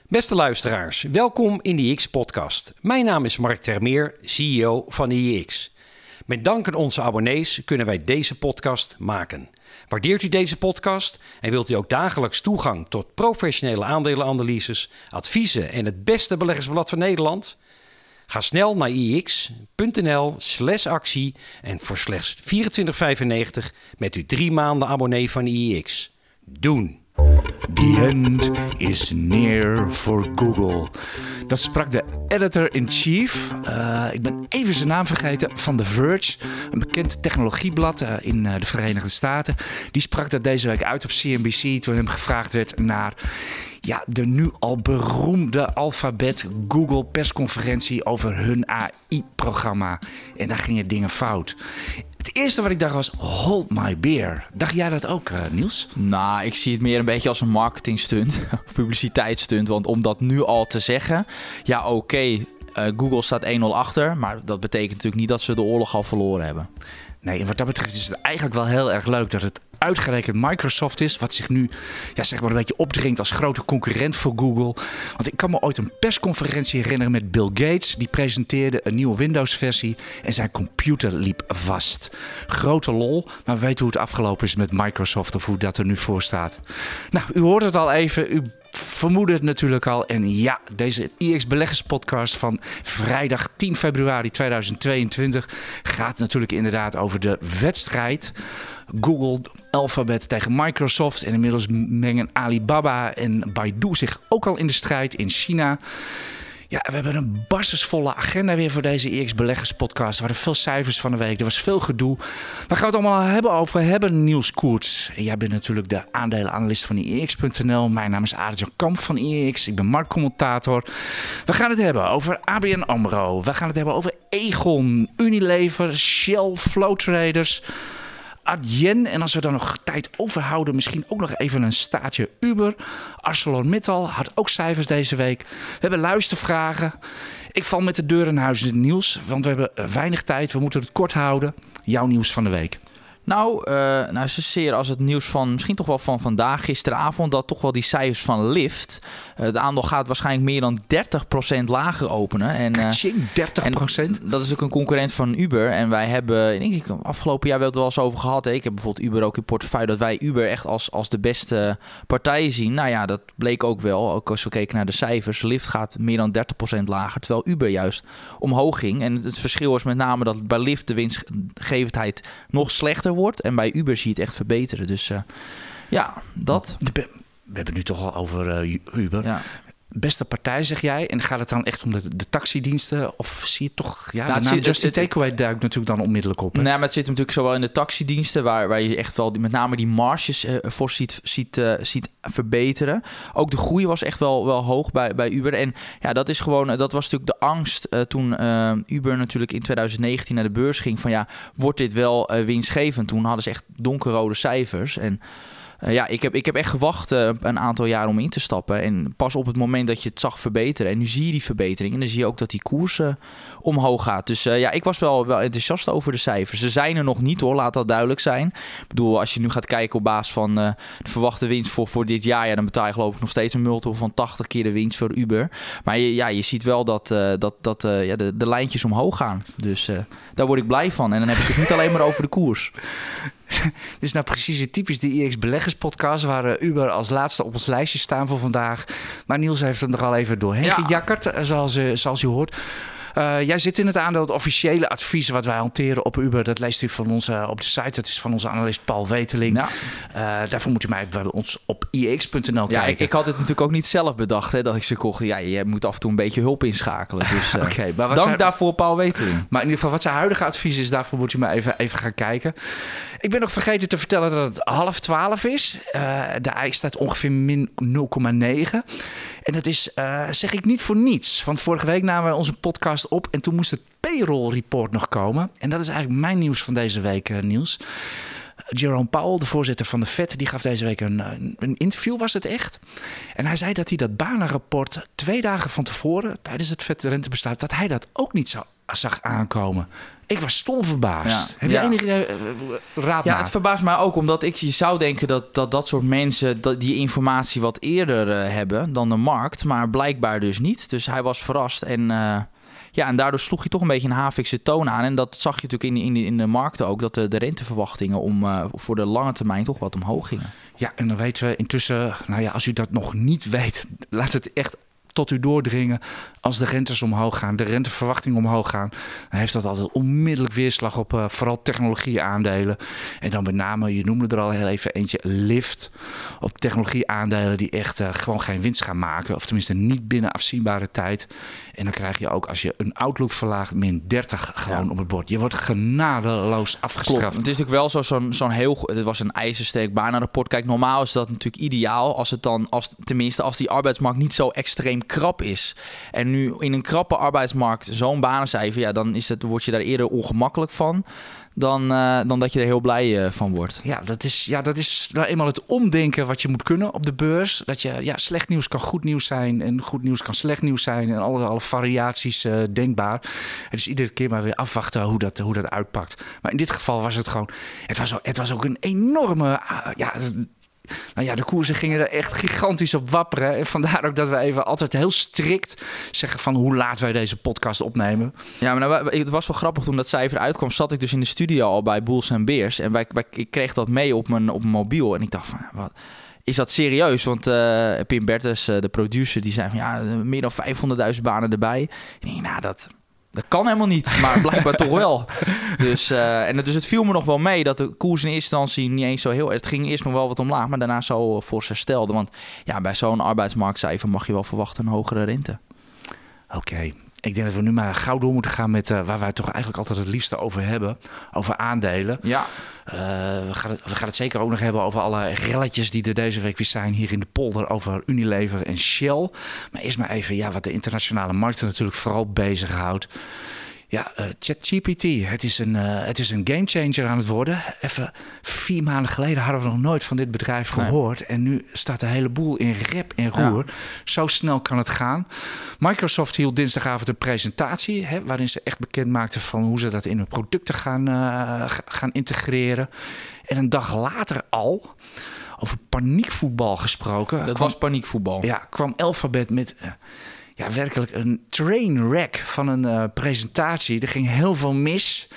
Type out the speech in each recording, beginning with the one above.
Beste luisteraars, welkom in de IEX-podcast. Mijn naam is Mark Termeer, CEO van de IEX. Met dank aan onze abonnees kunnen wij deze podcast maken. Waardeert u deze podcast en wilt u ook dagelijks toegang tot professionele aandelenanalyses, adviezen en het beste beleggersblad van Nederland? Ga snel naar ix.nl/actie en voor slechts €24,95 bent u 3 maanden abonnee van IEX. Doen! The end is near for Google. Dat sprak de editor-in-chief, ik ben even zijn naam vergeten, van The Verge. Een bekend technologieblad in de Verenigde Staten. Die sprak dat deze week uit op CNBC toen hem gevraagd werd naar de nu al beroemde Alphabet Google persconferentie over hun AI-programma. En daar gingen dingen fout. Het eerste wat ik dacht was, hold my beer. Dacht jij dat ook, Niels? Nou, ik zie het meer een beetje als een marketingstunt of publiciteitsstunt. Want om dat nu al te zeggen, Google staat 1-0 achter. Maar dat betekent natuurlijk niet dat ze de oorlog al verloren hebben. Nee, en wat dat betreft is het eigenlijk wel heel erg leuk dat het uitgerekend Microsoft is, wat zich nu een beetje opdringt als grote concurrent voor Google. Want ik kan me ooit een persconferentie herinneren met Bill Gates. Die presenteerde een nieuwe Windows-versie en zijn computer liep vast. Grote lol, maar we weten hoe het afgelopen is met Microsoft of hoe dat er nu voor staat. Nou, u hoort het al even, u vermoedde het natuurlijk al. En ja, deze IEX Beleggerspodcast van vrijdag 10 februari 2022 gaat natuurlijk inderdaad over de wedstrijd Google, Alphabet tegen Microsoft. En inmiddels mengen Alibaba en Baidu zich ook al in de strijd in China. Ja, we hebben een barsensvolle agenda weer voor deze IEX Beleggerspodcast. Er waren veel cijfers van de week, er was veel gedoe. Waar gaan we het allemaal hebben, Niels Koerts? Jij bent natuurlijk de aandelenanalist van IEX.nl. Mijn naam is Adrian Kamp van IEX. Ik ben marktcommentator. We gaan het hebben over ABN AMRO. We gaan het hebben over Aegon, Unilever, Shell, Flow Traders, Adyen, en als we dan nog tijd overhouden, misschien ook nog even een staartje Uber. ArcelorMittal had ook cijfers deze week. We hebben luistervragen. Ik val met de deur in huis in het nieuws, want we hebben weinig tijd. We moeten het kort houden. Jouw nieuws van de week. Nou, zozeer als het nieuws van misschien toch wel van vandaag, gisteravond, dat toch wel die cijfers van Lyft. Het aandeel gaat waarschijnlijk meer dan 30% lager openen. En 30%? En dat is ook een concurrent van Uber. En wij hebben, denk ik, afgelopen jaar wel het wel eens over gehad. Hè? Ik heb bijvoorbeeld Uber ook in portefeuille, dat wij Uber echt als de beste partijen zien. Nou ja, dat bleek ook wel. Ook als we keken naar de cijfers. Lyft gaat meer dan 30% lager, terwijl Uber juist omhoog ging. En het verschil is met name dat bij Lyft de winstgevendheid nog slechter wordt. En bij Uber zie je het echt verbeteren. Dus dat. We hebben nu toch al over Uber. Ja. Beste partij, zeg jij. En gaat het dan echt om de taxidiensten? Of zie je toch... Ja, Just Eat Takeaway duikt natuurlijk dan onmiddellijk op. Hè? Nee, maar het zit natuurlijk zowel in de taxidiensten, waar je echt wel met name die marges voor ziet verbeteren. Ook de groei was echt wel hoog bij Uber. En ja, dat was natuurlijk de angst toen Uber natuurlijk in 2019 naar de beurs ging. Van wordt dit wel winstgevend? Toen hadden ze echt donkerrode cijfers. En ik heb echt gewacht een aantal jaar om in te stappen. En pas op het moment dat je het zag verbeteren. En nu zie je die verbetering. En dan zie je ook dat die koers omhoog gaat. Dus ik was wel enthousiast over de cijfers. Ze zijn er nog niet hoor, laat dat duidelijk zijn. Ik bedoel, als je nu gaat kijken op basis van de verwachte winst voor dit jaar. Dan betaal je geloof ik nog steeds een multiple van 80 keer de winst voor Uber. Maar je ziet wel dat de lijntjes omhoog gaan. Dus daar word ik blij van. En dan heb ik het niet alleen maar over de koers. Dit is nou precies typisch de IEX Beleggerspodcast, waar Uber als laatste op ons lijstje staan voor vandaag. Maar Niels heeft er nog al even doorheen gejakkerd, zoals u hoort. Jij zit in het aandeel. Het officiële advies wat wij hanteren op Uber, dat leest u van ons op de site. Dat is van onze analist Paul Weteling. Ja. Daarvoor moet u bij ons op ix.nl kijken. Ik had het natuurlijk ook niet zelf bedacht dat ik ze kocht. Ja, je moet af en toe een beetje hulp inschakelen. Dus dank daarvoor Paul Weteling. Maar in ieder geval wat zijn huidige advies is, daarvoor moet u maar even gaan kijken. Ik ben nog vergeten te vertellen dat het 11:30 is. De IJs staat ongeveer min 0,9. En dat is, zeg ik niet voor niets. Want vorige week namen we onze podcast op en toen moest het payroll report nog komen. En dat is eigenlijk mijn nieuws van deze week, Niels. Jerome Powell, de voorzitter van de Fed, die gaf deze week een interview, was het echt. En hij zei dat hij dat banenrapport 2 dagen van tevoren, tijdens het Fed-rentebesluit, dat hij dat ook niet zou zag aankomen. Ik was stom verbaasd. Ja. Heb je enig idee? Raad Ja, maar. het verbaast mij ook, omdat je zou denken dat soort mensen die informatie wat eerder hebben dan de markt, maar blijkbaar dus niet. Dus hij was verrast en en daardoor sloeg hij toch een beetje een havikse toon aan. En dat zag je natuurlijk in de markten ook, dat de renteverwachtingen voor de lange termijn toch wat omhoog gingen. Ja, en dan weten we intussen, als u dat nog niet weet, laat het echt tot u doordringen. Als de rentes omhoog gaan, de renteverwachtingen omhoog gaan, dan heeft dat altijd onmiddellijk weerslag op vooral technologieaandelen. En dan met name, je noemde er al heel even eentje, lift op technologieaandelen die echt gewoon geen winst gaan maken. Of tenminste niet binnen afzienbare tijd. En dan krijg je ook, als je een outlook verlaagt, min 30 gewoon op het bord. Je wordt genadeloos afgestraft. Klopt. Het is natuurlijk wel zo'n heel... Het was een ijzersterk banenrapport. Kijk, normaal is dat natuurlijk ideaal als die arbeidsmarkt niet zo extreem krap is. En nu in een krappe arbeidsmarkt zo'n banencijfer, dan word je daar eerder ongemakkelijk van dan dat je er heel blij van wordt. Dat is nou eenmaal het omdenken wat je moet kunnen op de beurs. Dat je slecht nieuws kan goed nieuws zijn en goed nieuws kan slecht nieuws zijn en alle variaties denkbaar. Het is iedere keer maar weer afwachten hoe dat uitpakt. Maar in dit geval was het gewoon, het was ook een enorme, de koersen gingen er echt gigantisch op wapperen. En vandaar ook dat we even altijd heel strikt zeggen van hoe laat wij deze podcast opnemen. Ja, maar het was wel grappig. Toen dat cijfer uitkwam, zat ik dus in de studio al bij Bulls & Bears. En ik kreeg dat mee op mijn mobiel. En ik dacht van, wat... Is dat serieus? Want Pim Bertens, de producer, die zei van meer dan 500.000 banen erbij. Ik denk, dat kan helemaal niet, maar blijkbaar toch wel. Dus het viel me nog wel mee dat de koers in eerste instantie niet eens zo heel... Het ging eerst nog wel wat omlaag, maar daarna zo fors herstelde. Want bij zo'n arbeidsmarktcijfer mag je wel verwachten een hogere rente. Oké. Ik denk dat we nu maar gauw door moeten gaan met waar wij het toch eigenlijk altijd het liefste over hebben. Over aandelen. Ja. We gaan het zeker ook nog hebben over alle relletjes die er deze week weer zijn hier in de polder over Unilever en Shell. Maar eerst maar even wat de internationale markten natuurlijk vooral bezighoudt. Ja, ChatGPT, het is een gamechanger aan het worden. Even 4 maanden geleden hadden we nog nooit van dit bedrijf gehoord. Nee. En nu staat de hele boel in rep en roer. Ja. Zo snel kan het gaan. Microsoft hield dinsdagavond een presentatie, waarin ze echt bekend maakten van hoe ze dat in hun producten gaan integreren. En een dag later al, over paniekvoetbal gesproken. Dat was paniekvoetbal. Ja, kwam Alphabet met... werkelijk een trainwreck van een presentatie. Er ging heel veel mis.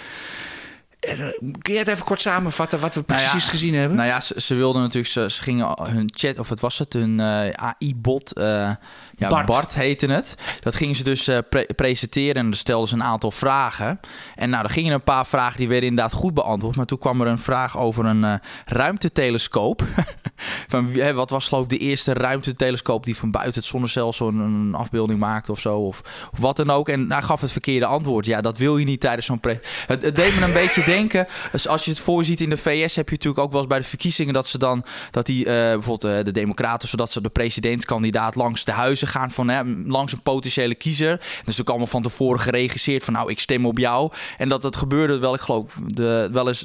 Kun je het even kort samenvatten wat we precies gezien hebben? Ze wilden natuurlijk... Ze gingen hun chat, of wat was het? Hun AI-bot... Bart heette het. Dat gingen ze dus presenteren en dan stelden ze een aantal vragen. En er gingen een paar vragen die werden inderdaad goed beantwoord. Maar toen kwam er een vraag over een ruimtetelescoop. Van wat was geloof ik de eerste ruimtetelescoop die van buiten het zonnestelsel een afbeelding maakte of zo. Of wat dan ook. En hij gaf het verkeerde antwoord. Ja, dat wil je niet tijdens zo'n het deed me een beetje denken. Dus als je het voor je ziet in de VS heb je natuurlijk ook wel eens bij de verkiezingen dat die bijvoorbeeld de democraten, zodat ze de presidentskandidaat langs de huizen gaan van langs een potentiële kiezer. Dat is ook allemaal van tevoren geregisseerd van ik stem op jou. En dat gebeurde wel, ik geloof wel eens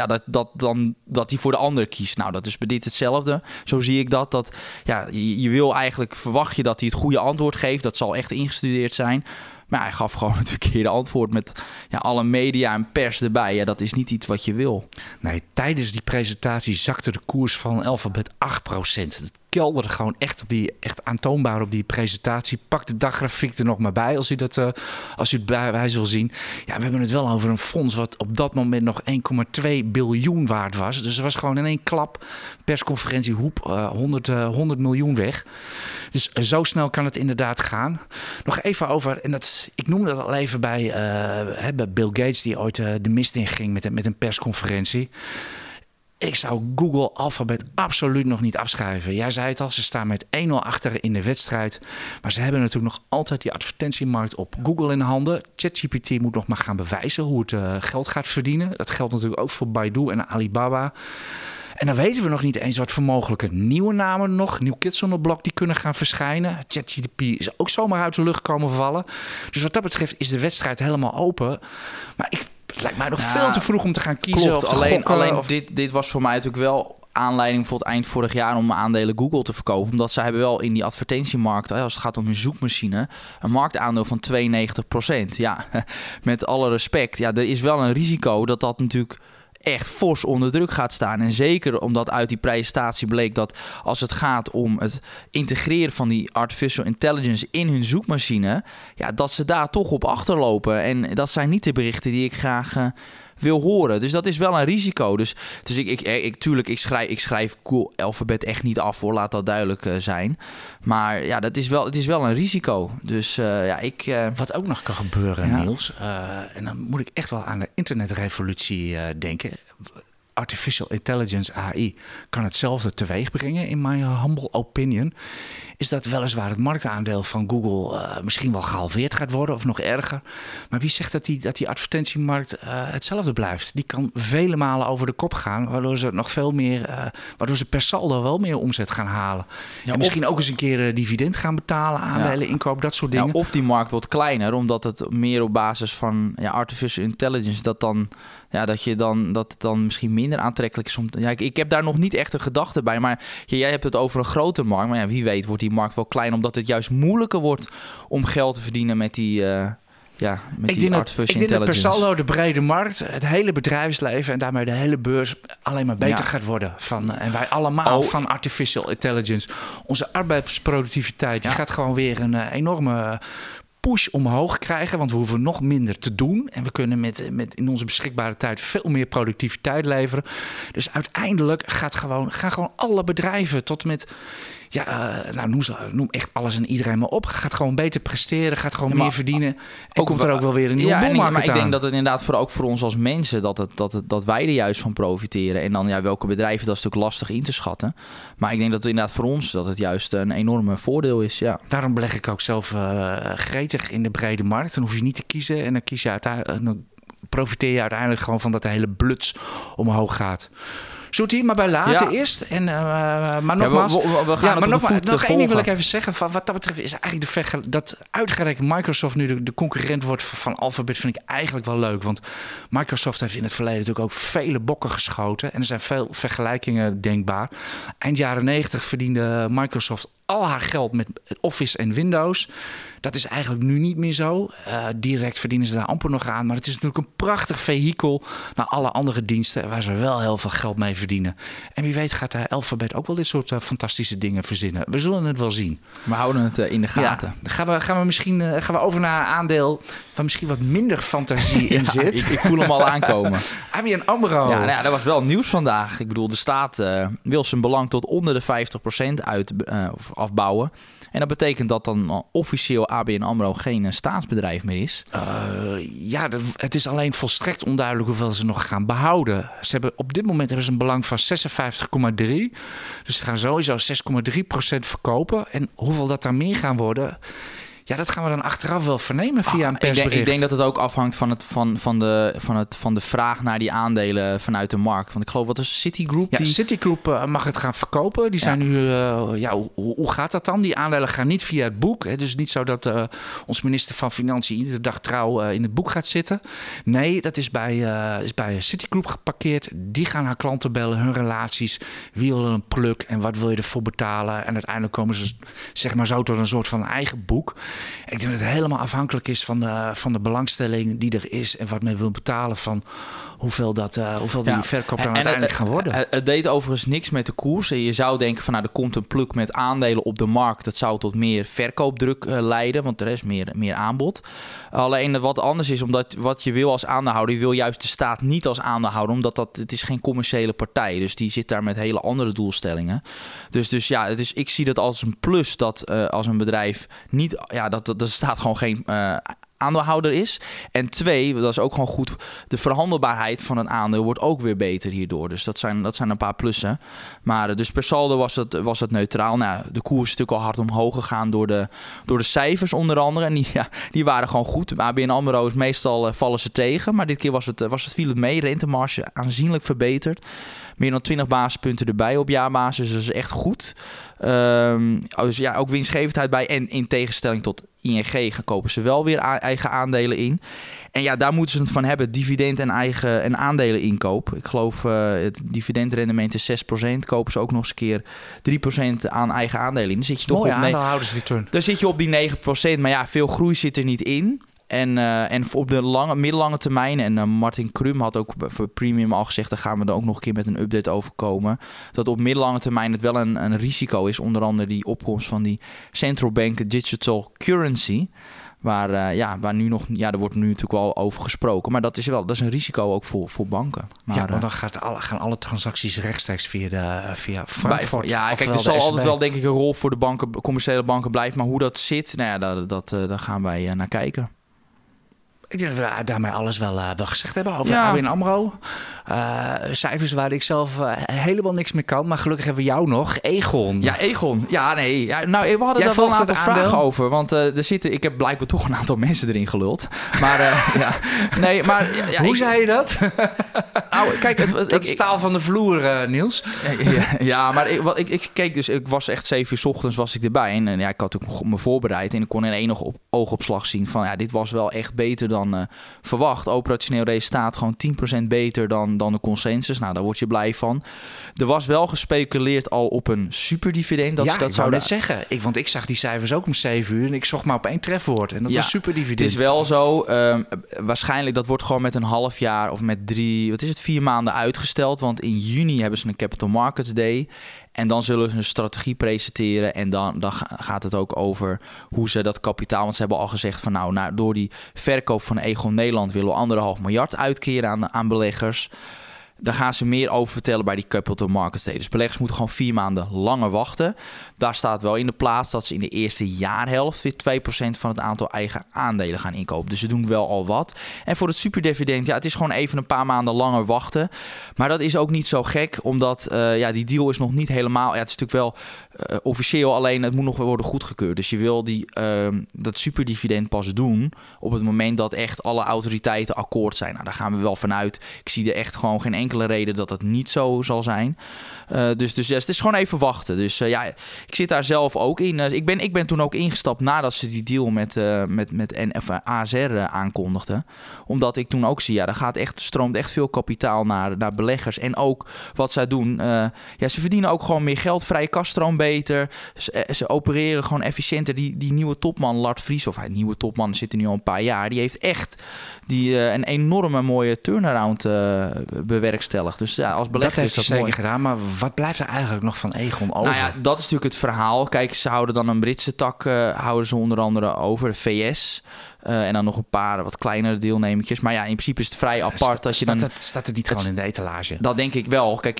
dat hij voor de ander kiest. Nou, dat is bij dit hetzelfde. Zo zie ik dat je wil eigenlijk, verwacht je dat hij het goede antwoord geeft. Dat zal echt ingestudeerd zijn. Maar hij gaf gewoon het verkeerde antwoord met alle media en pers erbij. Ja, dat is niet iets wat je wil. Nee, tijdens die presentatie zakte de koers van Alphabet 8%. Het kelderde gewoon echt aantoonbaar op die presentatie. Pak de daggrafiek er nog maar bij als u het bij wil zien. Ja, we hebben het wel over een fonds wat op dat moment nog 1,2 biljoen waard was. Dus er was gewoon in één klap persconferentie 100 miljoen weg. Dus zo snel kan het inderdaad gaan. Nog even over, en ik noemde dat al even bij Bill Gates die ooit de mist in ging met een persconferentie. Ik zou Google Alphabet absoluut nog niet afschrijven. Jij zei het al, ze staan met 1-0 achter in de wedstrijd. Maar ze hebben natuurlijk nog altijd die advertentiemarkt op Google in handen. ChatGPT moet nog maar gaan bewijzen hoe het geld gaat verdienen. Dat geldt natuurlijk ook voor Baidu en Alibaba. En dan weten we nog niet eens wat voor mogelijke nieuwe namen nog, nieuw kids on the block, die kunnen gaan verschijnen. ChatGPT is ook zomaar uit de lucht komen vallen. Dus wat dat betreft is de wedstrijd helemaal open. Maar het lijkt mij nog veel te vroeg om te gaan kiezen. Klopt, of te gokken, alleen dit was voor mij natuurlijk wel aanleiding bijvoorbeeld eind vorig jaar om aandelen Google te verkopen. Omdat zij hebben wel in die advertentiemarkt, als het gaat om hun zoekmachine, een marktaandeel van 92%. Ja, met alle respect. Ja, er is wel een risico dat natuurlijk echt fors onder druk gaat staan. En zeker omdat uit die presentatie bleek dat als het gaat om het integreren van die artificial intelligence in hun zoekmachine, ja, dat ze daar toch op achterlopen. En dat zijn niet de berichten die ik graag wil horen. Dus dat is wel een risico. Dus ik schrijf Google Alphabet echt niet af, hoor. Laat dat duidelijk zijn. Maar ja, het is wel een risico. Dus Wat ook nog kan gebeuren, Niels, en dan moet ik echt wel aan de internetrevolutie denken. Artificial intelligence, AI, kan hetzelfde teweeg brengen, in my humble opinion. Is dat weliswaar het marktaandeel van Google misschien wel gehalveerd gaat worden of nog erger. Maar wie zegt dat die advertentiemarkt hetzelfde blijft? Die kan vele malen over de kop gaan, waardoor ze nog veel meer, waardoor ze per saldo wel meer omzet gaan halen. Ja, en misschien ook eens een keer dividend gaan betalen, aandelen inkoop, dat soort dingen. Ja, of die markt wordt kleiner, omdat het meer op basis van artificial intelligence dat het dan misschien minder aantrekkelijk is. Ik heb daar nog niet echt een gedachte bij. Maar jij hebt het over een grote markt. Maar wie weet wordt die markt wel klein. Omdat het juist moeilijker wordt om geld te verdienen met die artificial intelligence. Ik denk dat per saldo de brede markt, het hele bedrijfsleven en daarmee de hele beurs alleen maar beter gaat worden. En wij allemaal van artificial intelligence. Onze arbeidsproductiviteit die gaat gewoon weer een enorme push omhoog krijgen, want we hoeven nog minder te doen. En we kunnen met in onze beschikbare tijd veel meer productiviteit leveren. Dus uiteindelijk gaan gewoon alle bedrijven tot met noem echt alles en iedereen maar op. Gaat gewoon beter presteren, gaat gewoon meer verdienen. En komt er ook wel weer een nieuwe bullmarkt aan. Maar ik denk dat het inderdaad ook voor ons als mensen, dat wij er juist van profiteren. En dan welke bedrijven, dat is natuurlijk lastig in te schatten. Maar ik denk dat het inderdaad voor ons dat het juist een enorme voordeel is. Ja. Daarom beleg ik ook zelf gretig in de brede markt. Dan hoef je niet te kiezen en dan profiteer je uiteindelijk gewoon van dat de hele bluts omhoog gaat. Zoetie, maar bij later eerst. Maar nogmaals, we gaan het nog één ding wil ik even zeggen. Van wat dat betreft is eigenlijk dat uitgerekend Microsoft nu de concurrent wordt van Alphabet, vind ik eigenlijk wel leuk. Want Microsoft heeft in het verleden natuurlijk ook vele bokken geschoten. En er zijn veel vergelijkingen denkbaar. Eind jaren 90 verdiende Microsoft al haar geld met Office en Windows. Dat is eigenlijk nu niet meer zo. Direct verdienen ze daar amper nog aan. Maar het is natuurlijk een prachtig vehikel naar alle andere diensten waar ze wel heel veel geld mee verdienen. En wie weet gaat Alphabet ook wel dit soort fantastische dingen verzinnen. We zullen het wel zien. We houden het in de gaten. Ja, gaan we over naar een aandeel waar misschien wat minder fantasie in zit. Ik voel hem al aankomen. ABN AMRO. Ja, dat was wel nieuws vandaag. Ik bedoel, de staat wil zijn belang tot onder de 50% afbouwen. En dat betekent dat dan officieel ABN AMRO geen staatsbedrijf meer is. Het is alleen volstrekt onduidelijk hoeveel ze nog gaan behouden. Op dit moment hebben ze een belang van 56,3. Dus ze gaan sowieso 6,3% verkopen. En hoeveel dat daar meer gaan worden, ja, dat gaan we dan achteraf wel vernemen via een persbericht. Ik denk dat het ook afhangt van de vraag naar die aandelen vanuit de markt. Want ik geloof, wat is Citigroup? Ja, Citigroup mag het gaan verkopen. Die zijn nu, hoe gaat dat dan? Die aandelen gaan niet via het boek. Hè? Dus niet zo dat ons minister van Financiën iedere dag trouw in het boek gaat zitten. Nee, dat is bij Citigroup geparkeerd. Die gaan haar klanten bellen, hun relaties. Wie wil een pluk en wat wil je ervoor betalen? En uiteindelijk komen ze zeg maar zo tot een soort van eigen boek. Ik denk dat het helemaal afhankelijk is van de belangstelling die er is en wat men wil betalen van hoeveel die verkoop dan uiteindelijk gaan worden. Het deed overigens niks met de koers. Je zou denken van er komt een pluk met aandelen op de markt. Dat zou tot meer verkoopdruk leiden, want er is meer aanbod. Alleen wat anders is, omdat wat je wil als aandeelhouder, je wil juist de staat niet als aandeelhouder, omdat het is geen commerciële partij. Dus die zit daar met hele andere doelstellingen. Dus ik zie dat als een plus dat als een bedrijf niet, dat de staat gewoon geen aandeelhouder is. En 2, dat is ook gewoon goed, de verhandelbaarheid van een aandeel wordt ook weer beter hierdoor. Dus dat zijn een paar plussen. Maar dus per saldo was het neutraal. Nou, de koers is natuurlijk al hard omhoog gegaan door de cijfers onder andere. En die waren gewoon goed. ABN AMRO is meestal vallen ze tegen. Maar dit keer viel het mee. Rentemarge aanzienlijk verbeterd. Meer dan 20 basispunten erbij op jaarbasis. Dus dat is echt goed. Dus ook winstgevendheid bij. En in tegenstelling tot ING kopen ze wel weer eigen aandelen in. En ja, daar moeten ze het van hebben. Dividend en aandeleninkoop. Ik geloof het dividendrendement is 6%. Kopen ze ook nog eens een keer 3% aan eigen aandelen in. Dan zit je toch Mooi op aandeelhoudersreturn. Dan zit je op die 9%. Maar ja, veel groei zit er niet in. En op de middellange termijn, en Martin Krum had ook voor Premium al gezegd, daar gaan we er ook nog een keer met een update over komen, dat op middellange termijn het wel een risico is, onder andere die opkomst van die central bank digital currency, waar nu nog, ja, er wordt nu natuurlijk wel over gesproken, maar dat is een risico ook voor banken. Maar, ja, want dan gaan alle transacties rechtstreeks via Frankfurt. Ja, kijk, er zal altijd wel denk ik een rol voor de banken, commerciële banken blijven, maar hoe dat zit, nou ja, daar gaan wij naar kijken. Ik denk dat we daarmee alles wel gezegd hebben over ABN AMRO. Cijfers waar ik zelf helemaal niks mee kan. Maar gelukkig hebben we jou nog. Egon. Ja, Egon. Ja, nee. Ja, nou, we hadden daar wel een aantal vragen over. Want ik heb blijkbaar toch een aantal mensen erin geluld. Maar ja. Nee, maar... Ja, hoe zei je dat? Nou, kijk... Dat staal van de vloer, Niels. Ja, maar ik keek dus... Ik was echt 7 uur 's ochtends was ik erbij. En ja, ik had ook me voorbereid. En ik kon in één oogopslag zien van... Ja, dit was wel echt beter dan verwacht. Operationeel resultaat gewoon 10% beter dan de consensus. Nou, daar word je blij van. Er was wel gespeculeerd al op een superdividend. Dat zou net zeggen. Want ik zag die cijfers ook om 7 uur en ik zocht maar op 1 trefwoord. En dat was superdividend. Het is wel zo. Waarschijnlijk dat wordt gewoon met een half jaar of met 4 maanden uitgesteld. Want in juni hebben ze een Capital Markets Day. En dan zullen ze een strategie presenteren. En dan gaat het ook over hoe ze dat kapitaal... Want ze hebben al gezegd van door die verkoop van Egon Nederland... willen we 1,5 miljard uitkeren aan beleggers. Daar gaan ze meer over vertellen bij die Capital Markets Day. Dus beleggers moeten gewoon 4 maanden langer wachten. Daar staat wel in de plaats dat ze in de eerste jaarhelft... weer 2% van het aantal eigen aandelen gaan inkopen. Dus ze doen wel al wat. En voor het superdividend, het is gewoon even een paar maanden langer wachten. Maar dat is ook niet zo gek, omdat die deal is nog niet helemaal... Ja, het is natuurlijk wel officieel, alleen het moet nog worden goedgekeurd. Dus je wil dat superdividend pas doen... op het moment dat echt alle autoriteiten akkoord zijn. Nou, daar gaan we wel vanuit. Ik zie er echt gewoon geen enkele reden dat het niet zo zal zijn. Dus het is gewoon even wachten. Dus ik zit daar zelf ook in. Ik ben toen ook ingestapt nadat ze die deal met ASR aankondigden. Omdat ik toen ook zie, daar stroomt echt veel kapitaal naar beleggers. En ook wat zij doen. Ze verdienen ook gewoon meer geld. Vrije kasstroom beter. Ze opereren gewoon efficiënter. Die nieuwe topman, Lard Vries, of nieuwe topman zit er nu al een paar jaar. Die heeft echt een enorme mooie turnaround bewerkstelligd. Dus ja, als belegger is dat zeker mooi gedaan. Maar wat blijft er eigenlijk nog van Egon over? Nou ja, dat is natuurlijk het verhaal. Kijk, ze houden dan een Britse tak, houden ze onder andere over, de VS. En dan nog een paar wat kleinere deelnemertjes. Maar ja, in principe is het vrij apart. Staat het niet gewoon in de etalage? Dat denk ik wel. Kijk,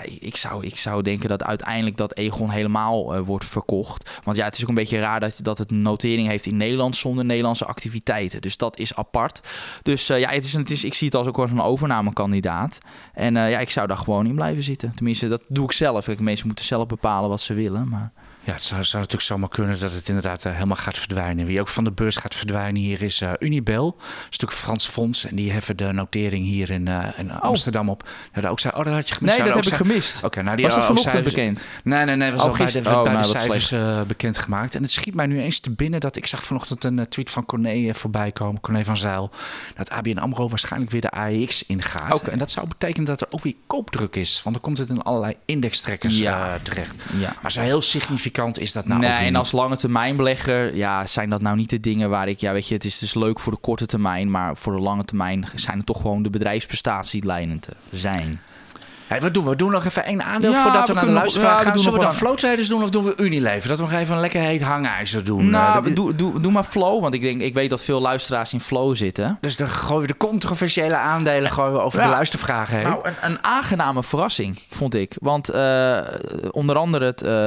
ik zou denken dat uiteindelijk dat Egon helemaal wordt verkocht. Want ja, het is ook een beetje raar dat het een notering heeft in Nederland zonder Nederlandse activiteiten. Dus dat is apart. Dus ik zie het als ook wel een overnamekandidaat. En ik zou daar gewoon in blijven zitten. Tenminste, dat doe ik zelf. Kijk, mensen moeten zelf bepalen wat ze willen, maar... Ja, het zou natuurlijk zomaar kunnen dat het inderdaad helemaal gaat verdwijnen. Wie ook van de beurs gaat verdwijnen hier is Unibel. Dat is natuurlijk een Frans fonds. En die heffen de notering hier in Amsterdam op. Ja, dat had je gemist. Nee, dat heb ik gemist. Okay, was dat vanochtend bekend? Nee, was al bij de cijfers bekendgemaakt. En het schiet mij nu eens te binnen dat ik zag vanochtend een tweet van Corné voorbij komen. Corné van Zijl. Dat ABN AMRO waarschijnlijk weer de AEX ingaat. Okay. En dat zou betekenen dat er ook weer koopdruk is. Want dan komt het in allerlei indextrekkers terecht. Ja. Maar zo heel significant is dat nou? Nee, en als lange termijn belegger, zijn dat nou niet de dingen waar ik... Ja, weet je, het is dus leuk voor de korte termijn, maar voor de lange termijn zijn het toch gewoon de bedrijfsprestatielijnen te zijn. Hey, wat doen we? We doen nog even 1 aandeel voordat we naar de luistervraag gaan. Zullen we dan Flow Traders doen of doen we Unilever? Dat we nog even een lekker heet hangijzer doen. Nou, doe maar Flow, want ik weet dat veel luisteraars in Flow zitten. Dus dan gooien we de controversiële aandelen over de luistervragen heen. Nou, een aangename verrassing, vond ik. Want onder andere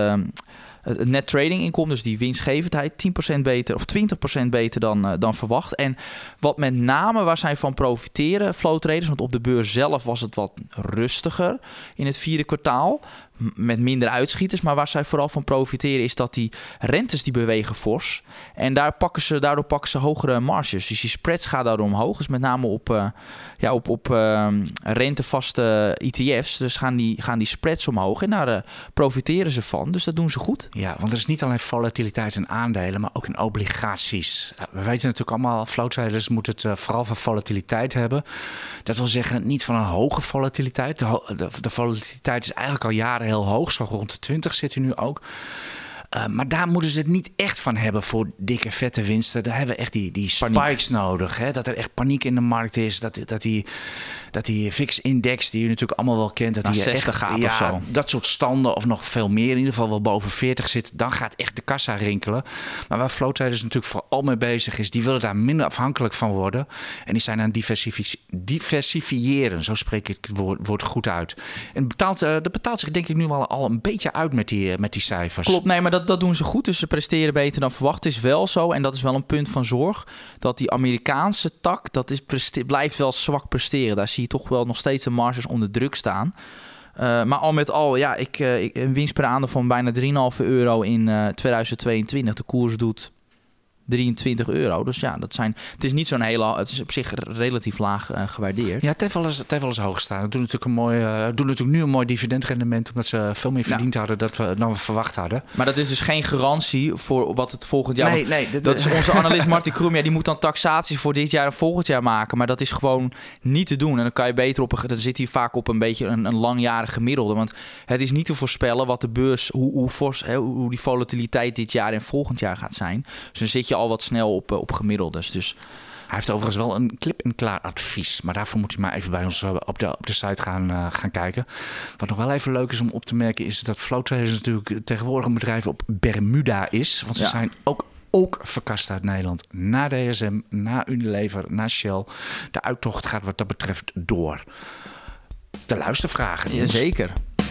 het net trading inkomen, dus die winstgevendheid, 10% beter of 20% beter dan verwacht. En wat met name waar zij van profiteren, Flow Traders, want op de beurs zelf was het wat rustiger in het 4e kwartaal. met minder uitschieters. Maar waar zij vooral van profiteren is dat die rentes die bewegen fors. En daardoor pakken ze hogere marges. Dus die spreads gaan daardoor omhoog. Dus met name op rentevaste ETF's. Dus gaan die spreads omhoog. En daar profiteren ze van. Dus dat doen ze goed. Ja, want er is niet alleen volatiliteit in aandelen, maar ook in obligaties. We weten natuurlijk allemaal, flow-traders moeten het vooral van volatiliteit hebben. Dat wil zeggen, niet van een hoge volatiliteit. De volatiliteit is eigenlijk al jaren heel hoog. Zo rond de 20 zit hij nu ook. Maar daar moeten ze het niet echt van hebben voor dikke, vette winsten. Daar hebben we echt die spikes nodig. Hè? Dat er echt paniek in de markt is. Dat die VIX-index, die je natuurlijk allemaal wel kent, dat die 60 echt gaat of zo. Dat soort standen of nog veel meer, in ieder geval wel boven 40 zit, dan gaat echt de kassa rinkelen. Maar waar flow traders natuurlijk vooral mee bezig is, die willen daar minder afhankelijk van worden. En die zijn aan diversifiëren. Zo spreek ik het woord goed uit. En dat betaalt zich denk ik nu al een beetje uit met die cijfers. Klopt, nee, maar dat doen ze goed. Dus ze presteren beter dan verwacht. Het is wel zo, en dat is wel een punt van zorg, dat die Amerikaanse tak, blijft wel zwak presteren. Daar zie je toch wel nog steeds de marges onder druk staan. Maar al met al, ja, een winst per aandeel van bijna €3,5 in 2022. De koers doet €23. Dus ja, het is niet zo'n het is op zich relatief laag gewaardeerd. Ja, het heeft wel eens hoog gestaan. Het doen natuurlijk nu een mooi dividendrendement, omdat ze veel meer verdiend hadden dan we verwacht hadden. Maar dat is dus geen garantie voor wat het volgend jaar... Nee, dat is onze analist Martin Kroem. Ja, die moet dan taxaties voor dit jaar en volgend jaar maken. Maar dat is gewoon niet te doen. En dan kan je beter dan zit hij vaak op een beetje een langjarig gemiddelde. Want het is niet te voorspellen wat de beurs, hoe die volatiliteit dit jaar en volgend jaar gaat zijn. Dus dan zit je al wat snel op gemiddeldes. Dus hij heeft overigens wel een klip-en-klaar advies. Maar daarvoor moet hij maar even bij ons op de site gaan kijken. Wat nog wel even leuk is om op te merken, is dat flow traders natuurlijk tegenwoordig een bedrijf op Bermuda is. Want ze zijn ook verkast uit Nederland. Na DSM, na Unilever, na Shell. De uittocht gaat wat dat betreft door. De luistervragen. Jazeker.